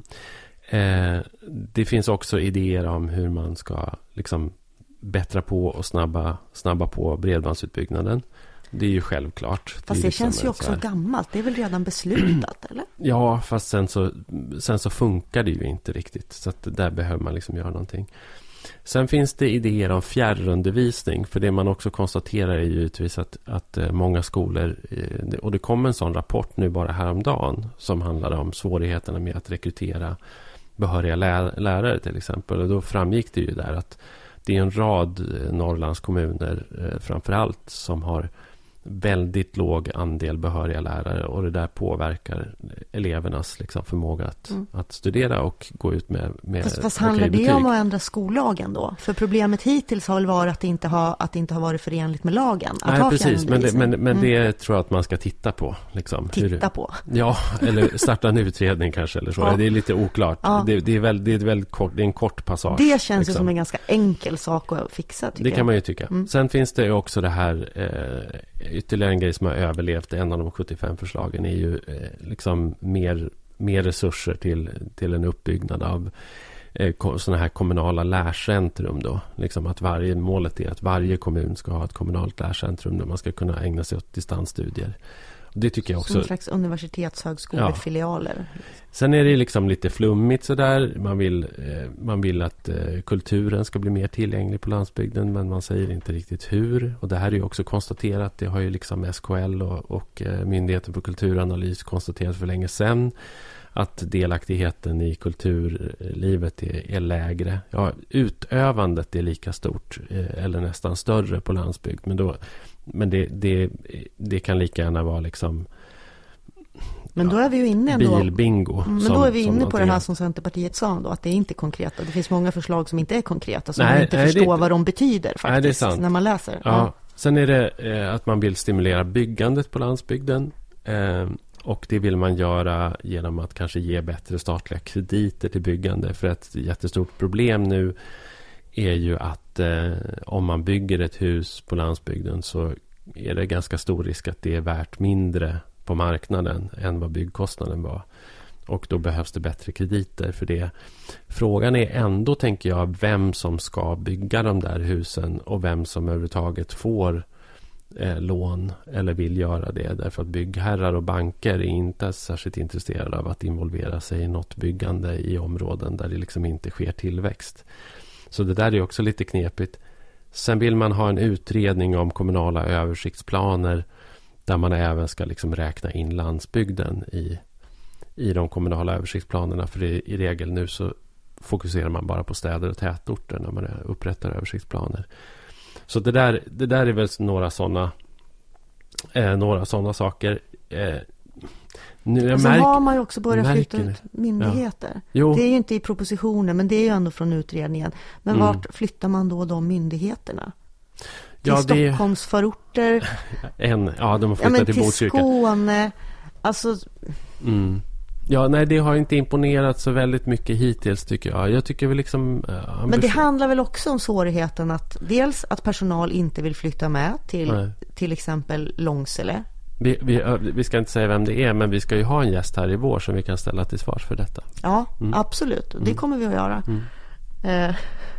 Eh, det finns också idéer om hur man ska liksom bättra på och snabba, snabba på bredbandsutbyggnaden. Det är ju självklart. Fast det, det liksom känns ju också gammalt. Det är väl redan beslutat, eller? Ja, fast sen så, sen så funkar det ju inte riktigt. Så att där behöver man liksom göra någonting. Sen finns det idéer om fjärrundervisning. För det man också konstaterar är ju givetvis att, att många skolor, och det kom en sån rapport nu bara häromdagen som handlade om svårigheterna med att rekrytera behöriga lär, lärare till exempel. Och då framgick det ju där att det är en rad Norrlands kommuner eh, framförallt som har väldigt låg andel behöriga lärare, och det där påverkar elevernas liksom, förmåga att, mm. att studera och gå ut med, med fast, fast handlar det om att ändra skollagen då? För problemet hittills har väl varit att det inte har, att det inte har varit förenligt med lagen. Att Nej, precis. Men, det, men, men mm. det tror jag att man ska titta på. Liksom. Titta Hur, på? Ja, eller starta en utredning kanske. Eller så. Ja. Det är lite oklart. Ja. Det, det, är väl, det, är väldigt kort, det är en kort passage. Det känns liksom. ju som en ganska enkel sak att fixa, tycker Det jag. kan man ju tycka. Mm. Sen finns det också det här... Eh, ytterligare en grej som har överlevt, en av de sjuttiofem förslagen, är ju eh, liksom mer, mer resurser till, till en uppbyggnad av eh, sådana här kommunala lärcentrum då. Liksom att varje, målet är att varje kommun ska ha ett kommunalt lärcentrum där man ska kunna ägna sig åt distansstudier. Det tycker jag också. Som en slags universitetshögskolefilialer. Ja. Sen är det liksom lite flummigt sådär. Man vill, eh, man vill att eh, kulturen ska bli mer tillgänglig på landsbygden, men man säger inte riktigt hur. Och det här är ju också konstaterat. Det har ju liksom S K L och, och eh, Myndigheten för kulturanalys konstaterat för länge sedan, att delaktigheten i kulturlivet är, är lägre. Ja, utövandet är lika stort eh, eller nästan större på landsbygd, men då Men det, det, det kan lika gärna vara liksom Men då är vi ju inne ändå, bilbingo. Men som, då är vi inne på det här som Centerpartiet sa då, att det är inte konkreta. Det finns många förslag som inte är konkreta, som nej, man inte nej, förstår det, vad de betyder faktiskt, nej, det är sant. När man läser. Ja. Ja. Sen är det eh, att man vill stimulera byggandet på landsbygden. Eh, och det vill man göra genom att kanske ge bättre statliga krediter till byggande. För ett jättestort problem nu är ju att eh, om man bygger ett hus på landsbygden så är det ganska stor risk att det är värt mindre på marknaden än vad byggkostnaden var. Och då behövs det bättre krediter för det. Frågan är ändå, tänker jag, vem som ska bygga de där husen och vem som överhuvudtaget får eh, lån eller vill göra det. Därför att byggherrar och banker är inte särskilt intresserade av att involvera sig i något byggande i områden där det liksom inte sker tillväxt. Så det där är också lite knepigt. Sen vill man ha en utredning om kommunala översiktsplaner där man även ska liksom räkna in landsbygden i, i de kommunala översiktsplanerna. För i, i regel nu så fokuserar man bara på städer och tätorter när man upprättar översiktsplaner. Så det där, det där är väl några sådana eh, några sådana saker. Eh, nu och så märk, har man ju också börjat flytta ut myndigheter. Ja. Det är ju inte i propositionen, men det är ju ändå från utredningen. Men mm. vart flyttar man då de myndigheterna? Till ja, det... Stockholmsförorter. En, ja, de har flyttat ja, till Botkyrka. Till Skåne. Alltså... Mm. Ja, nej, det har inte imponerat så väldigt mycket hittills, tycker jag. Jag tycker väl liksom... Uh, Men det handlar väl också om svårigheten att dels att personal inte vill flytta med till nej. till exempel Långsele. Vi, vi, vi ska inte säga vem det är, men vi ska ju ha en gäst här i vår som vi kan ställa till svars för detta. Ja, mm. absolut. Det kommer vi att göra. Mm.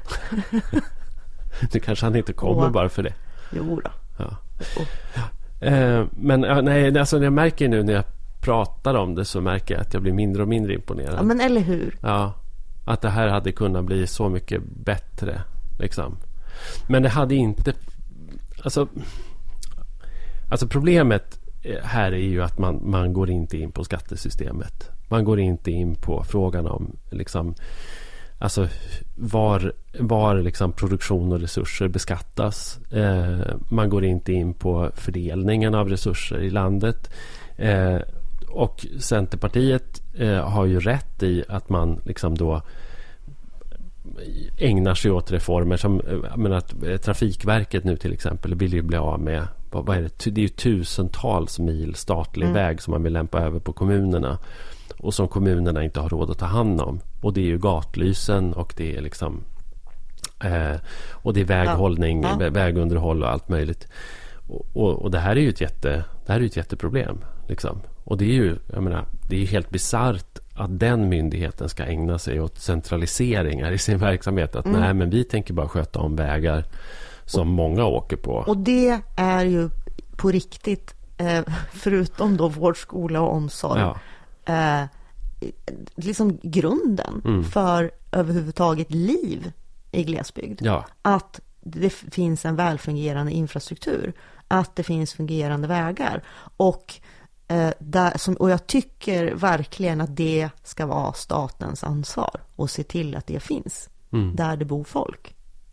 Nu kanske han inte kommer oh. bara för det. Jo då. Ja. Oh. Eh, men nej, alltså jag märker nu när jag pratar om det så märker jag att jag blir mindre och mindre imponerad. Ja, men eller hur? Ja, att det här hade kunnat bli så mycket bättre liksom. Men det hade inte alltså alltså problemet här är ju att man, man går inte in på skattesystemet. Man går inte in på frågan om liksom alltså var, var liksom produktion och resurser beskattas. Eh, man går inte in på fördelningen av resurser i landet. Eh, och Centerpartiet eh, har ju rätt i att man liksom då ägnar sig åt reformer som jag menar, att Trafikverket nu till exempel vill ju bli av med vad, vad är det? Det är ju tusentals mil statlig mm. väg som man vill lämpa över på kommunerna och som kommunerna inte har råd att ta hand om. Och det är ju gatlysen och det är liksom eh, och det är väghållning, ja. Ja. vägunderhåll och allt möjligt. Och, och, och det här är ju ett jätte det här är ju ett jätteproblem liksom. Och det är ju jag menar, det är ju helt bizarrt att den myndigheten ska ägna sig åt centraliseringar i sin verksamhet. Att mm. nej, men vi tänker bara sköta om vägar som och, många åker på. Och det är ju på riktigt eh, förutom då vård, skola och omsorg ja. eh, liksom grunden mm. för överhuvudtaget liv i glesbygd. Ja. Att det finns en välfungerande infrastruktur. Att det finns fungerande vägar. Och, eh, där, som, och jag tycker verkligen att det ska vara statens ansvar. Och se till att det finns. Mm. Där det bor folk.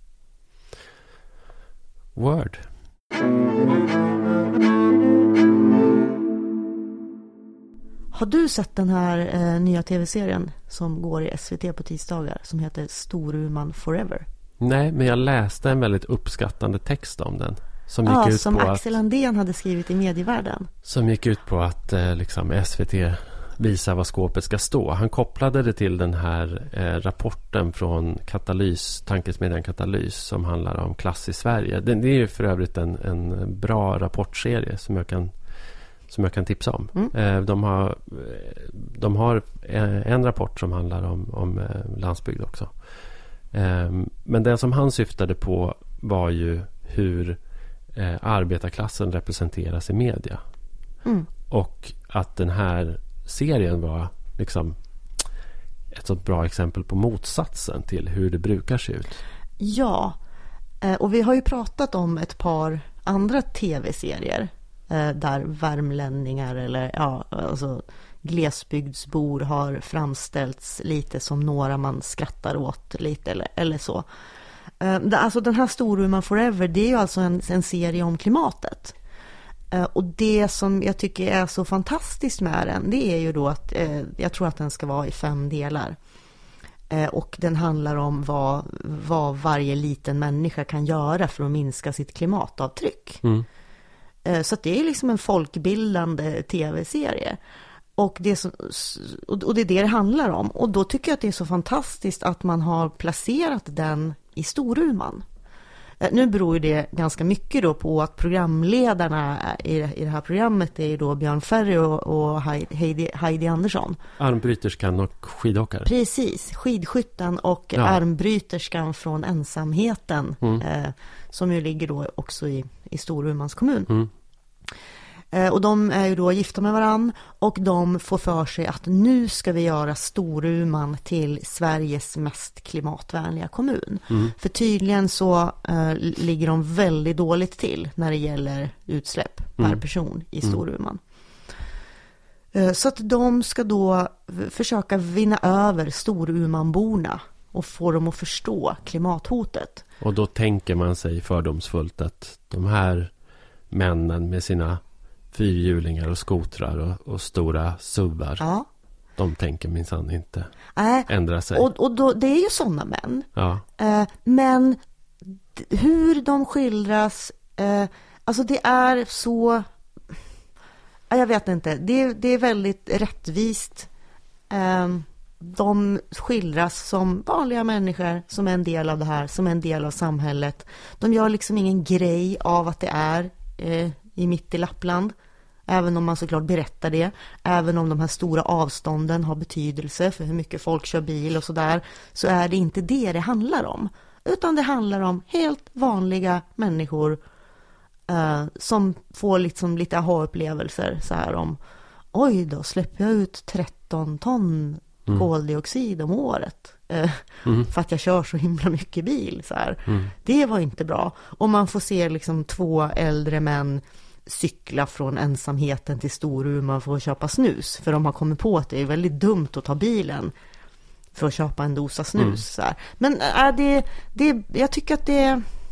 Word. Har du sett den här eh, nya tv-serien som går i S V T på tisdagar som heter Storuman Forever? Nej, men jag läste en väldigt uppskattande text om den. Som, ja, gick ut som på Axel Andén hade skrivit i Medievärlden. Som gick ut på att eh, liksom S V T visar vad skåpet ska stå. Han kopplade det till den här eh, rapporten från Katalys, tankesmedjan Katalys som handlar om klass i Sverige. Det, det är ju för övrigt en, en bra rapportserie som jag kan som jag kan tipsa om. Mm. Eh, de har, de har en rapport som handlar om, om eh, landsbygd också. Eh, men den som han syftade på var ju hur eh, arbetarklassen representeras i media. Mm. Och att den här serien var liksom ett så bra exempel på motsatsen till hur det brukar se ut. Ja, och vi har ju pratat om ett par andra tv-serier där värmlänningar eller ja, alltså glesbygdsbor har framställts lite som några man skrattar åt lite eller, eller så. Alltså den här Storuman Forever, det är ju alltså en, en serie om klimatet. Och det som jag tycker är så fantastiskt med den, det är ju då att eh, jag tror att den ska vara i fem delar. Eh, och den handlar om vad, vad varje liten människa kan göra för att minska sitt klimatavtryck. Mm. Eh, så att det är liksom en folkbildande tv-serie. Och det, är så, och det är det det handlar om. Och då tycker jag att det är så fantastiskt att man har placerat den i Storuman. Nu beror ju det ganska mycket då på att programledarna i, i det här programmet är då Björn Ferry och, och Heidi, Heidi Andersson. Armbryterskan och skidåkare. Precis, skidskytten och ja. armbryterskan från ensamheten mm. eh, som ju ligger då också i, i Storumans kommun. Mm. Och de är ju då gifta med varann och de får för sig att nu ska vi göra Storuman till Sveriges mest klimatvänliga kommun. Mm. För tydligen så uh, ligger de väldigt dåligt till när det gäller utsläpp mm. per person i Storuman. Mm. Uh, så att de ska då försöka vinna över Storumanborna och få dem att förstå klimathotet. Och då tänker man sig fördomsfullt att de här männen med sina fyrhjulingar och skotrar och, och stora suvar. Ja. De tänker minsann inte äh, ändra sig. Och, och då, det är ju sådana män. Ja. Eh, men d- hur de skildras, eh, alltså det är så, eh, jag vet inte, det, det är väldigt rättvist. Eh, de skildras som vanliga människor som är en del av det här, som är en del av samhället. De gör liksom ingen grej av att det är eh, i mitt i Lappland. Även om man såklart berättar det. Även om de här stora avstånden har betydelse för hur mycket folk kör bil och sådär. Så är det inte det det handlar om. Utan det handlar om helt vanliga människor. Eh, som får liksom lite aha-upplevelser. Så här om, oj då släpper jag ut tretton ton mm. koldioxid om året. Eh, mm. För att jag kör så himla mycket bil. Så här. Mm. Det var inte bra. Och man får se liksom två äldre män cykla från ensamheten till Storuman för att köpa snus. För de har kommit på att det är väldigt dumt att ta bilen för att köpa en dosa snus. Mm. Så här. Men äh, det, det, jag tycker att det,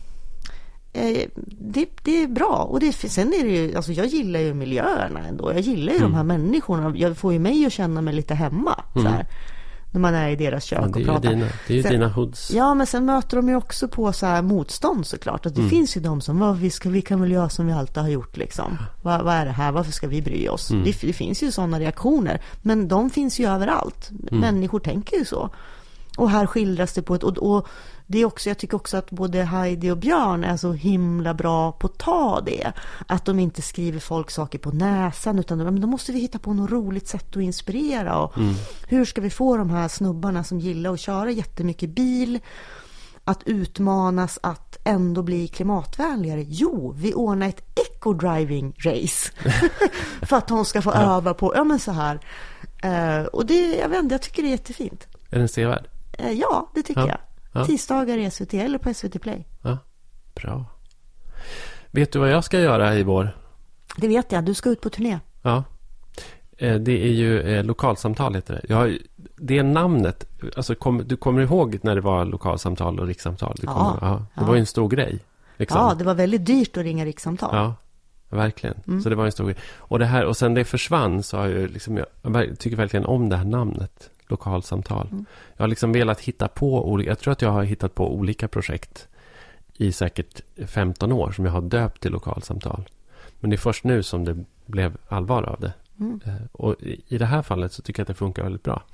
äh, det, det är bra. Och det, sen är det ju, alltså jag gillar ju miljöerna ändå. Jag gillar ju mm. de här människorna. Jag får ju mig att känna mig lite hemma. Mm. Så här. När man är i deras kök ja, och pratar. Dina, det är ju sen, dina hoods. Ja, men sen möter de ju också på så här motstånd såklart. Att det mm. finns ju de som, vad vi, ska, vi kan väl göra som vi alltid har gjort liksom. Vad, vad är det här? Varför ska vi bry oss? Mm. Det, det finns ju sådana reaktioner. Men de finns ju överallt. Mm. Människor tänker ju så. Och här skildras det på ett... Och, och det är också, jag tycker också att både Heidi och Björn är så himla bra på att ta det. Att de inte skriver folk saker på näsan utan de, men då måste vi hitta på något roligt sätt att inspirera. Och mm. hur ska vi få de här snubbarna som gillar att köra jättemycket bil att utmanas att ändå bli klimatvänligare? Jo, vi ordnar ett eco-driving race. För att de ska få ja. öva på, ja men så här. Uh, och det, jag vet inte, jag tycker det är jättefint. Är den sevärd? Uh, ja, det tycker ja. jag. Ja. Tisdagar i S V T eller på S V T Play. Ja, bra. Vet du vad jag ska göra i vår? Det vet jag, du ska ut på turné. Ja, det är ju lokalsamtal heter det. Jag, det är namnet. Alltså, kom, du kommer ihåg när det var lokalsamtal och rikssamtal? Det, kommer, ja, ja, det ja. var ju en stor grej. Liksom. Ja, det var väldigt dyrt att ringa rikssamtal. Ja, verkligen. Mm. Så det var en stor grej. Och, det här, och sen det försvann så har jag, liksom, jag tycker verkligen om det här namnet. Lokalsamtal. Mm. Jag har liksom velat hitta på olika, jag tror att jag har hittat på olika projekt i säkert femton år som jag har döpt till lokalsamtal. Men det är först nu som det blev allvar av det. Mm. Eh, och i, i det här fallet så tycker jag att det funkar väldigt bra.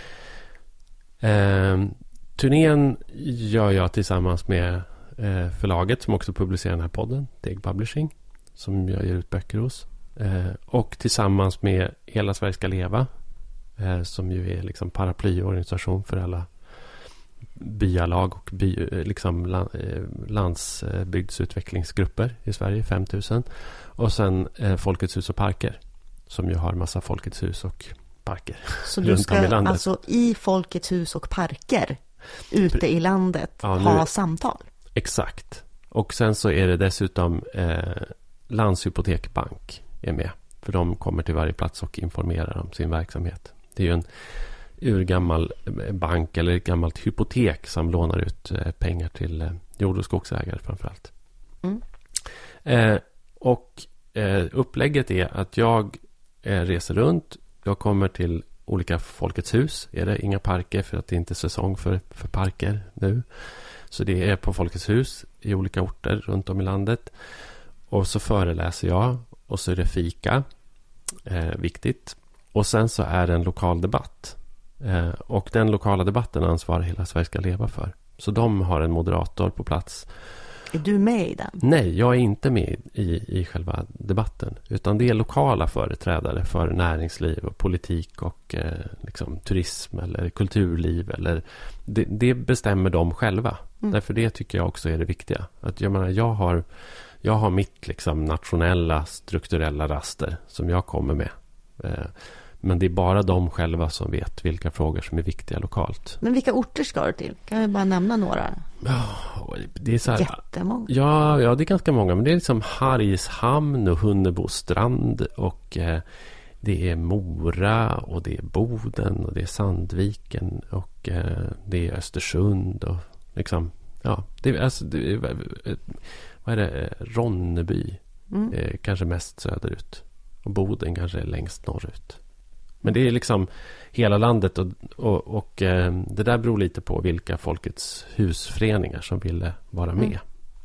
Eh, turnén gör jag tillsammans med eh, förlaget som också publicerar den här podden, Deg Publishing, som jag ger ut böcker hos. Eh, och tillsammans med Hela Sverige ska leva, som ju är liksom paraplyorganisation för alla byalag och by, liksom landsbygdsutvecklingsgrupper i Sverige, fem tusen. Och sen eh, Folkets hus och parker som ju har en massa Folkets hus och parker. Så du ska alltså i Folkets hus och parker ute i landet ja, ha nu, samtal? Exakt. Och sen så är det dessutom eh, Landshypotekbank är med. För de kommer till varje plats och informerar om sin verksamhet. Det är ju en urgammal bank eller ett gammalt hypotek som lånar ut pengar till jord- och skogsägare framförallt. Mm. Eh, och eh, upplägget är att jag eh, reser runt. Jag kommer till olika Folkets hus. Är det inga parker för att det inte är säsong för, för parker nu. Så det är på Folkets hus i olika orter runt om i landet. Och så föreläser jag. Och så är det fika. Eh, viktigt. Och sen så är det en lokal debatt. Eh, och den lokala debatten ansvarar Hela Sverige ska leva för. Så de har en moderator på plats. Är du med i den? Nej, jag är inte med i, i själva debatten. Utan det är lokala företrädare för näringsliv och politik och eh, liksom, turism eller kulturliv. Eller, det, det bestämmer de själva. Mm. Därför det tycker jag också är det viktiga. Att jag menar, jag har, jag har mitt liksom, nationella strukturella raster som jag kommer med. Eh, Men det är bara de själva som vet vilka frågor som är viktiga lokalt. Men vilka orter ska du till? Kan vi bara nämna några? Oh, det är så här, jättemånga. Ja, ja, det är ganska många. Men det är liksom Hargshamn och Hunnebostrand. Och eh, det är Mora och det är Boden och det är Sandviken. Och eh, det är Östersund. Och liksom, ja, det är, alltså, det är, vad är det? Ronneby. Mm. Eh, kanske mest söderut. Och Boden kanske är längst norrut. Men det är liksom hela landet och, och, och eh, det där beror lite på vilka folkets husföreningar som ville vara med.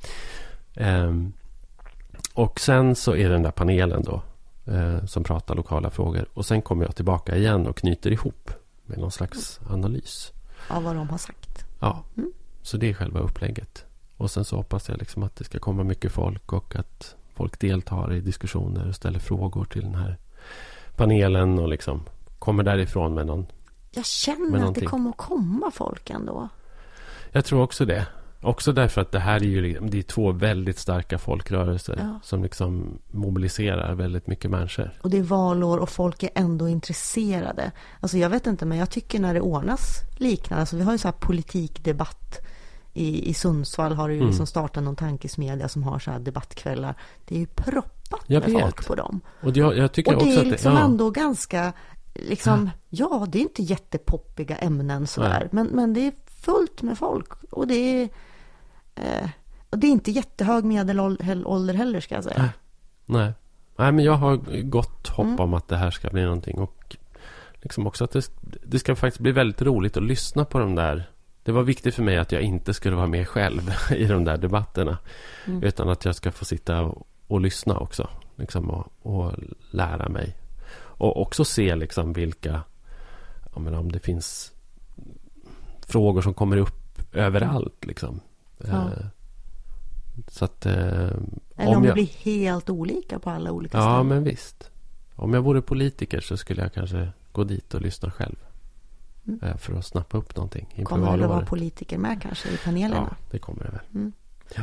Mm. Eh, och sen så är det den där panelen då eh, som pratar lokala frågor. Och sen kommer jag tillbaka igen och knyter ihop med någon slags analys. Ja, vad de har sagt. Ja, mm. Så det är själva upplägget. Och sen så hoppas jag liksom att det ska komma mycket folk och att folk deltar i diskussioner och ställer frågor till den här panelen och liksom kommer därifrån med någon. Jag känner att det kommer att komma folk ändå. Jag tror också det. Också därför att det här är ju det är två väldigt starka folkrörelser ja. Som liksom mobiliserar väldigt mycket människor. Och det är valår och folk är ändå intresserade. Alltså jag vet inte, men jag tycker när det ordnas liknande, alltså vi har ju så här politikdebatt i, i Sundsvall har det ju mm. liksom startat någon tankesmedja som har så här debattkvällar. Det är ju proppat jag med vet. folk på dem. Och, jag, jag tycker och det också är liksom att det, ja. ändå ganska liksom, ja. ja, det är inte jättepoppiga ämnen sådär. Men, men det är fullt med folk. Och det är eh, och det är inte jättehög medelålder heller, ska jag säga. Nej, Nej. Nej men jag har gott hopp mm. om att det här ska bli någonting. Och liksom också att det, det ska faktiskt bli väldigt roligt att lyssna på de där. Det var viktigt för mig att jag inte skulle vara med själv i de där debatterna. Mm. Utan att jag ska få sitta och, och lyssna också. Liksom, och, och lära mig. Och också se liksom vilka, jag menar, om det finns frågor som kommer upp överallt. Liksom. Ja. Eh, så att, eh, Eller om, om det jag, blir helt olika på alla olika ja, ställen. Ja, men visst. Om jag vore politiker så skulle jag kanske gå dit och lyssna själv. Mm. För att snappa upp någonting. Kommer det vara politiker med kanske i panelerna? Ja, det kommer det väl. Mm. Ja.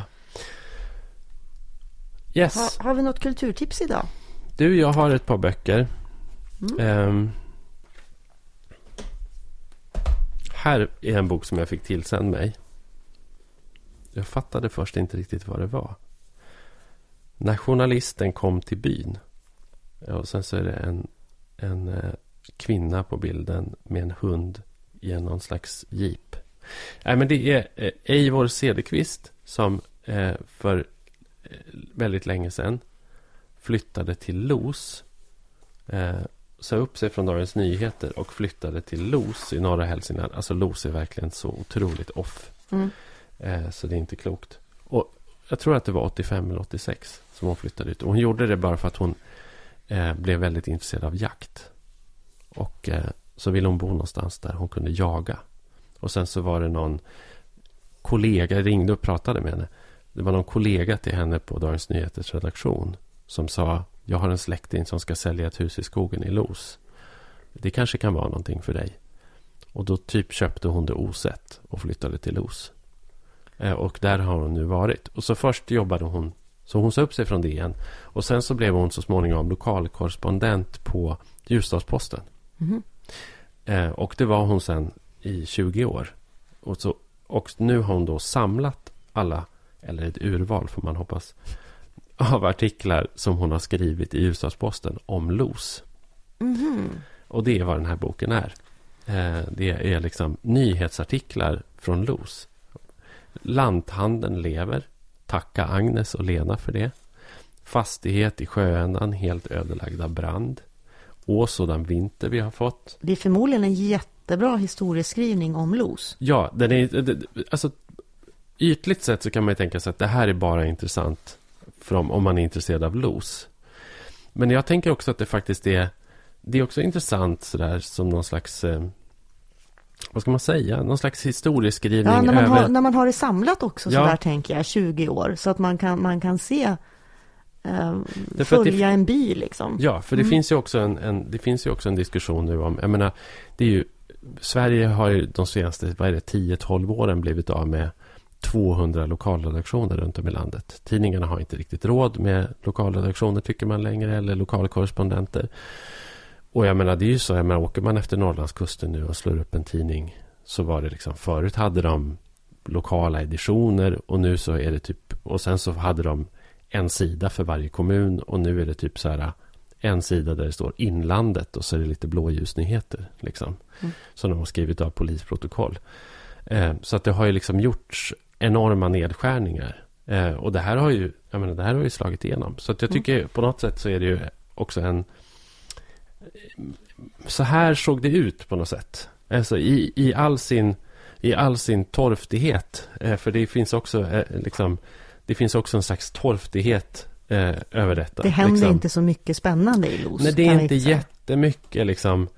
Yes. Ha, har vi något kulturtips idag? Du, jag har ett par böcker. Mm. Um, här är en bok som jag fick tillsänd mig. Jag fattade först inte riktigt vad det var. När journalisten kom till byn. Ja, och sen så är det en, en eh, kvinna på bilden med en hund i någon slags jeep. Nej, men det är eh, Eivor Cederqvist som eh, för eh, väldigt länge sedan flyttade till Los. Eh, sa upp sig från Dagens Nyheter och flyttade till Los i norra Hälsingland. Alltså Los är verkligen så otroligt off. Mm. Eh, så det är inte klokt. Och jag tror att det var åttiofem eller åttiosex som hon flyttade ut. Och hon gjorde det bara för att hon eh, blev väldigt intresserad av jakt. Och eh, så ville hon bo någonstans där hon kunde jaga. Och sen så var det någon kollega, ringde och pratade med henne. Det var någon kollega till henne på Dagens Nyheters redaktion som sa: jag har en släkting som ska sälja ett hus i skogen i Los. Det kanske kan vara någonting för dig. Och då typ köpte hon det osett och flyttade till Los. Eh, och där har hon nu varit. Och så först jobbade hon, så hon sa upp sig från det igen. Och sen så blev hon så småningom lokalkorrespondent på Ljusdalsposten. Mm. Eh, och det var hon sen i tjugo år. Och, så, och nu har hon då samlat alla, eller ett urval får man hoppas, av artiklar som hon har skrivit i Ljusdalsposten om Los. Mm. Och det är vad den här boken är. Eh, det är liksom nyhetsartiklar från Los. Lanthandeln lever. Tacka Agnes och Lena för det. Fastighet i Sjöändan helt ödelagda brand. Och sådan vinter vi har fått. Det är förmodligen en jättebra historieskrivning om Los. Ja, den är, alltså ytligt sett så kan man ju tänka sig att det här är bara intressant för om, om man är intresserad av Los. Men jag tänker också att det faktiskt är det är också intressant sådär som någon slags eh, vad ska man säga, någon slags historieskrivning. Ja, när man, över... har, när man har det samlat också, ja. så där tänker jag, tjugo år, så att man kan, man kan se, eh, följa det, en by liksom. Ja, för det, mm. finns ju också en, en, det finns ju också en diskussion nu om, jag menar, det är ju, Sverige har ju de senaste, vad är det, tio tolv åren blivit av med tvåhundra lokalredaktioner runt om i landet. Tidningarna har inte riktigt råd med lokalredaktioner, tycker man längre, eller lokalkorrespondenter. Och jag menar, det är ju så, jag menar, åker man efter Norrlandskusten nu och slår upp en tidning, så var det liksom, förut hade de lokala editioner och nu så är det typ, och sen så hade de en sida för varje kommun och nu är det typ så här en sida där det står inlandet och så är det lite blåljusnyheter liksom, mm. som de har skrivit av polisprotokoll. Eh, så att det har ju liksom gjorts enorma nedskärningar. Eh, och det här har ju, jag menar, det här har ju slagit igenom. Så att jag tycker mm. på något sätt så är det ju också en, så här såg det ut på något sätt. Alltså i, i all sin i all sin torftighet. Eh, för det finns också eh, liksom, det finns också en slags torftighet eh, över detta. Det händer liksom. Inte så mycket spännande i Los. Nej, det är inte jättemycket liksom.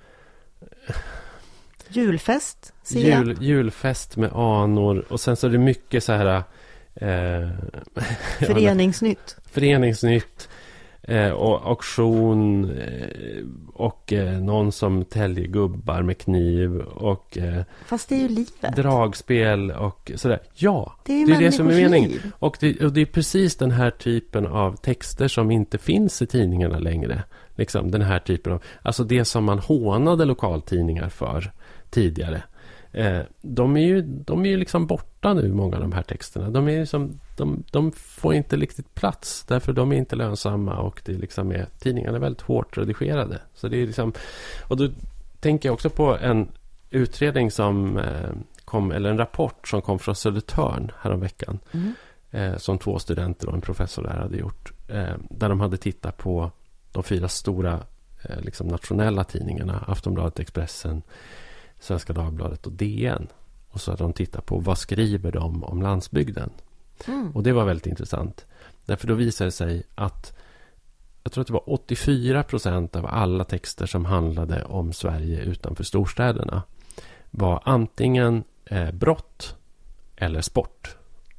Julfest, Jul, julfest med anor. Och sen så är det mycket så här eh, Föreningsnytt. Föreningsnytt. Eh, och auktion eh, och eh, någon som täljer gubbar med kniv och eh, fast det är ju livet. Dragspel och sådär. Ja, det är ju det, är det som är meningen. Liv. Och det, och det är precis den här typen av texter som inte finns i tidningarna längre. Liksom den här typen av, alltså det som man hånade lokaltidningar för tidigare. Eh, de är ju de är ju liksom borta nu, många av de här texterna. De är ju som, de, de får inte riktigt plats därför de är inte lönsamma och det liksom är, tidningarna är väldigt hårt redigerade. Så det är liksom, och då tänker jag också på en utredning som eh, kom, eller en rapport som kom från Södertörn häromveckan. Mm. Eh, som två studenter och en professor där hade gjort. Eh, där de hade tittat på de fyra stora eh, liksom nationella tidningarna, Aftonbladet, Expressen, Svenska Dagbladet och D N. Och så hade de tittat på vad skriver de om landsbygden. Mm. Och det var väldigt intressant. Därför då visade det sig att jag tror att det var åttiofyra procent av alla texter som handlade om Sverige utanför storstäderna var antingen eh, brott eller sport.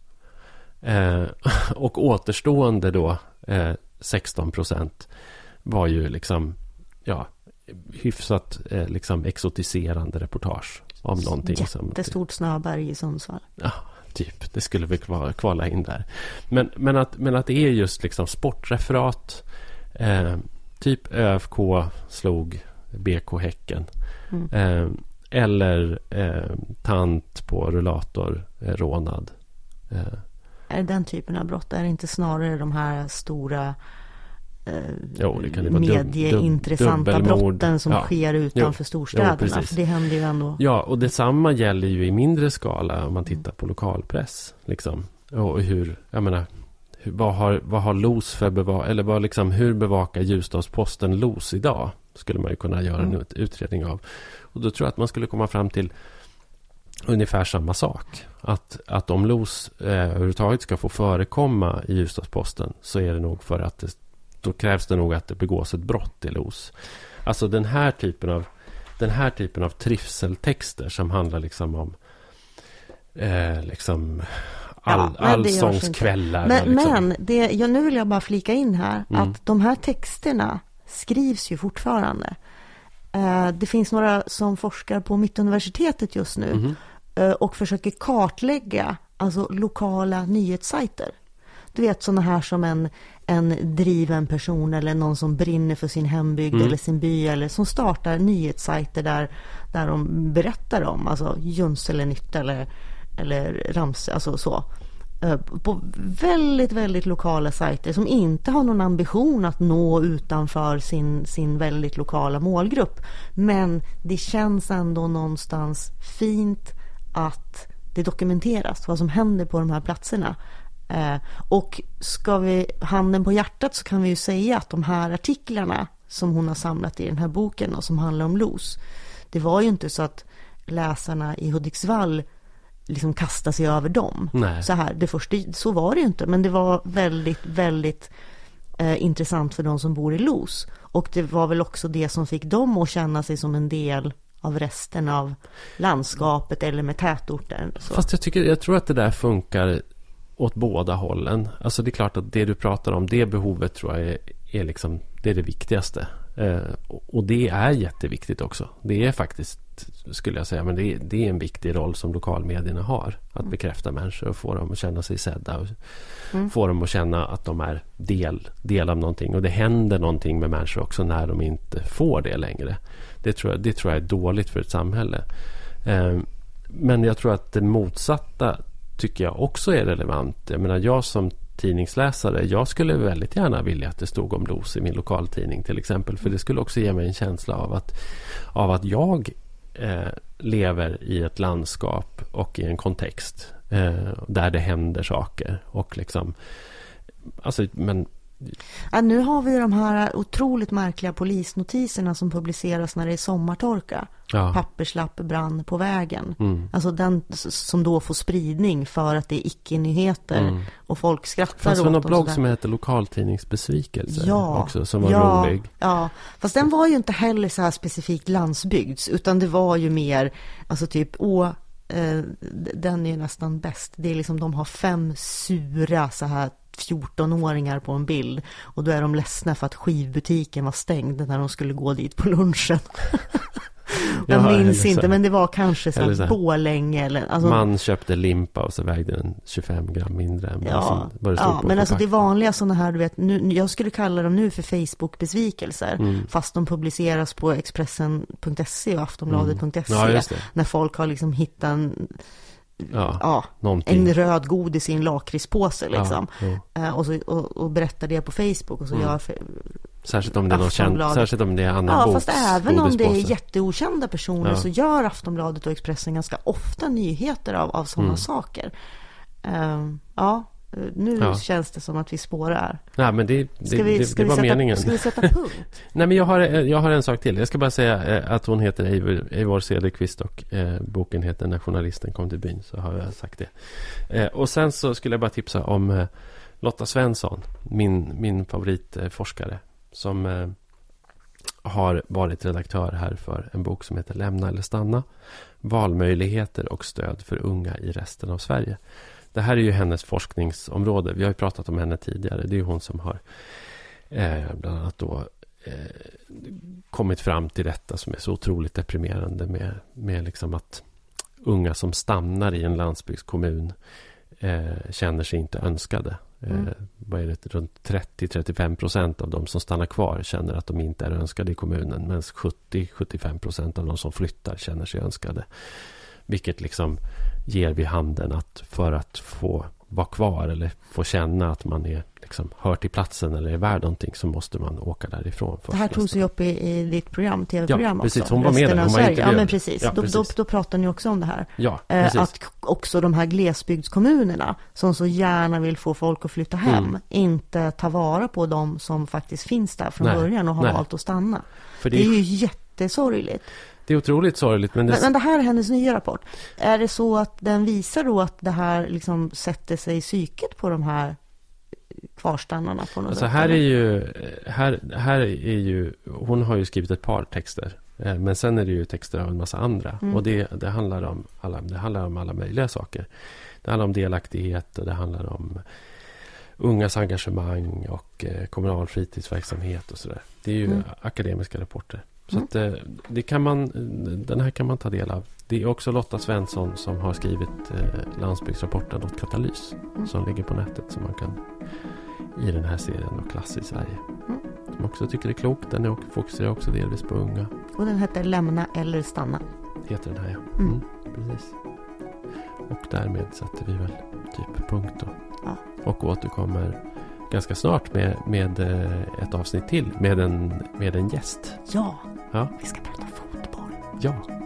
Eh, och återstående då eh, sexton procent var ju liksom, ja, hyfsat eh, liksom exotiserande reportage om någonting. Jättestort som, snöberg i Sundsvall. Ja, typ. Det skulle vi kvala, kvala in där. Men, men, att, men att det är just liksom sportreferat, eh, typ ÖFK slog B K Häcken. Mm. Eh, eller eh, tant på rullator eh, rånad. Eh. Är det den typen av brott? Är det inte snarare de här stora eh, jo, det kan det vara medieintressanta dub, brotten som ja. sker utanför jo. storstäderna? Jo, för det händer ju ändå. Ja, och detsamma gäller ju i mindre skala om man tittar på lokalpress. Liksom. Och hur, jag menar, hur, vad har, vad har Los för beva- eller vad liksom, hur bevakar Ljusdalsposten Los idag? Skulle man ju kunna göra mm. en utredning av. Och då tror jag att man skulle komma fram till ungefär samma sak. Att, att om Los eh, överhuvudtaget ska få förekomma i Ljusdalsposten så är det nog för att det, då krävs det nog att det begås ett brott i Los. Alltså den här typen av den här typen av trivseltexter som handlar liksom om eh, liksom all, ja, allsångskvällar. Men, liksom. men det, ja, nu vill jag bara flika in här mm. att de här texterna skrivs ju fortfarande. Eh, det finns några som forskar på Mittuniversitetet just nu mm. eh, och försöker kartlägga alltså lokala nyhetssajter. Du vet, sådana här som en, en driven person eller någon som brinner för sin hembygd mm. eller sin by eller som startar nyhetssajter där, där de berättar om alltså Junselenytt eller, eller Ramse, alltså så. På väldigt, väldigt lokala sajter som inte har någon ambition att nå utanför sin, sin väldigt lokala målgrupp. Men det känns ändå någonstans fint att det dokumenteras vad som händer på de här platserna. Eh, och ska vi handen på hjärtat så kan vi ju säga att de här artiklarna som hon har samlat i den här boken och som handlar om Los, det var ju inte så att läsarna i Hudiksvall liksom kasta sig över dem. Nej. Så här, det första, så var det ju inte, men det var väldigt, väldigt eh, intressant för de som bor i Los. Och det var väl också det som fick dem att känna sig som en del av resten av landskapet eller med tätorten. Så. Fast jag, tycker, jag tror att det där funkar åt båda hållen. Alltså det är klart att det du pratar om, det behovet tror jag är, är, liksom, det, är det viktigaste. Eh, och det är jätteviktigt också. Det är faktiskt, skulle jag säga, men det är, det är en viktig roll som lokalmedierna har. Att mm. bekräfta människor och få dem att känna sig sedda. Och mm. få dem att känna att de är del, del av någonting. Och det händer någonting med människor också när de inte får det längre. Det tror jag, det tror jag är dåligt för ett samhälle. Eh, men jag tror att det motsatta tycker jag också är relevant. Jag menar, jag som tidningsläsare, jag skulle väldigt gärna vilja att det stod om L O S i min lokaltidning till exempel, för det skulle också ge mig en känsla av att, av att jag eh, lever i ett landskap och i en kontext eh, där det händer saker och liksom, alltså, men ja, nu har vi ju de här otroligt märkliga polisnotiserna som publiceras när det är sommartorka. Ja. Papperslapp brann på vägen. Mm. Alltså den som då får spridning för att det är icke-nyheter mm. och folk skrattar åt dem. Det fanns någon blogg som heter Lokaltidningsbesvikelse ja. också, som var ja. rolig. Ja, fast den var ju inte heller så här specifikt landsbygds, utan det var ju mer, alltså typ, åh, eh, den är ju nästan bäst. Det är liksom, de har fem sura så här fjortonåringar på en bild och då är de ledsna för att skivbutiken var stängd när de skulle gå dit på lunchen. Jag ja, minns inte, men det var kanske så här Borlänge eller alltså, man köpte limpa och så vägde den tjugofem gram mindre än ja, vad det stod ja, på men alltså det vanliga sådana här, du vet, nu, jag skulle kalla dem nu för Facebook-besvikelser mm. fast de publiceras på Expressen punkt se och Aftonbladet punkt se mm. ja, när folk har liksom hittat en Ja, ja, en röd godis i en lakritspåse liksom. Ja, ja. Och, så, och, och berättar det på Facebook och så mm. gör för, särskilt om det är någon känd, särskilt om det är annan ja, boks, fast även om det är jätteokända personer ja. Så gör Aftonbladet och Expressen ganska ofta nyheter av, av sådana mm. saker. Um, ja, nu ja. Känns det som att vi spårar. Nej, men det, det, ska vi, det, ska det var vi sätta, meningen. Ska vi sätta punkt? Nej, men jag har, jag har en sak till. Jag ska bara säga att hon heter Eivor, Eivor Cederqvist och eh, boken heter När journalisten kom till byn, så har jag sagt det. Eh, och sen så skulle jag bara tipsa om eh, Lotta Svensson, min, min favoritforskare, eh, som eh, har varit redaktör här för en bok som heter Lämna eller stanna. Valmöjligheter och stöd för unga i resten av Sverige. Det här är ju hennes forskningsområde. Vi har ju pratat om henne tidigare. Det är ju hon som har eh, bland annat då eh, kommit fram till detta som är så otroligt deprimerande med, med liksom att unga som stannar i en landsbygdskommun eh, känner sig inte önskade. Mm. Eh, vad är det? Runt trettio till trettiofem procent av de som stannar kvar känner att de inte är önskade i kommunen, medan sjuttio till sjuttiofem procent av de som flyttar känner sig önskade. Vilket liksom ger vid handen att för att få vara kvar eller få känna att man är liksom hör till platsen eller är värd någonting, så måste man åka därifrån. Det här togs ju upp i, i ditt program, tv-program ja, precis. också. Hon var med där. Hon var ja, men precis. Ja, precis. Då, då, då pratar ni också om det här. Ja, eh, att också de här glesbygdskommunerna som så gärna vill få folk att flytta hem mm. inte ta vara på dem som faktiskt finns där från Nej. början och har Nej. valt att stanna. För det, det är ju jättesorgligt. Det är otroligt sorgligt. Men det... Men, men det här är hennes nya rapport. Är det så att den visar då att det här liksom sätter sig i psyket på de här kvarstannarna på något alltså sätt? Här är ju, här, här är ju, hon har ju skrivit ett par texter. Men sen är det ju texter av en massa andra. Mm. Och det, det, handlar om alla, det handlar om alla möjliga saker. Det handlar om delaktighet och det handlar om ungas engagemang och eh, kommunal fritidsverksamhet och sådär. Det är ju mm. akademiska rapporter. Så mm. att, eh, det kan man, den här kan man ta del av. Det är också Lotta Svensson som har skrivit eh, landsbygdsrapporten åt Katalys mm. som ligger på nätet, som man kan i den här serien och Klass i Sverige. Mm. Som också tycker det är klokt. Den är, fokuserar också delvis på unga. Och den heter Lämna eller stanna. Heter den här, ja. Mm. Mm, precis. Och därmed sätter vi väl typ punkt då. Ja. Och återkommer ganska snart med, med ett avsnitt till med en, med en gäst. Ja, ja, vi ska prata fotboll. Ja.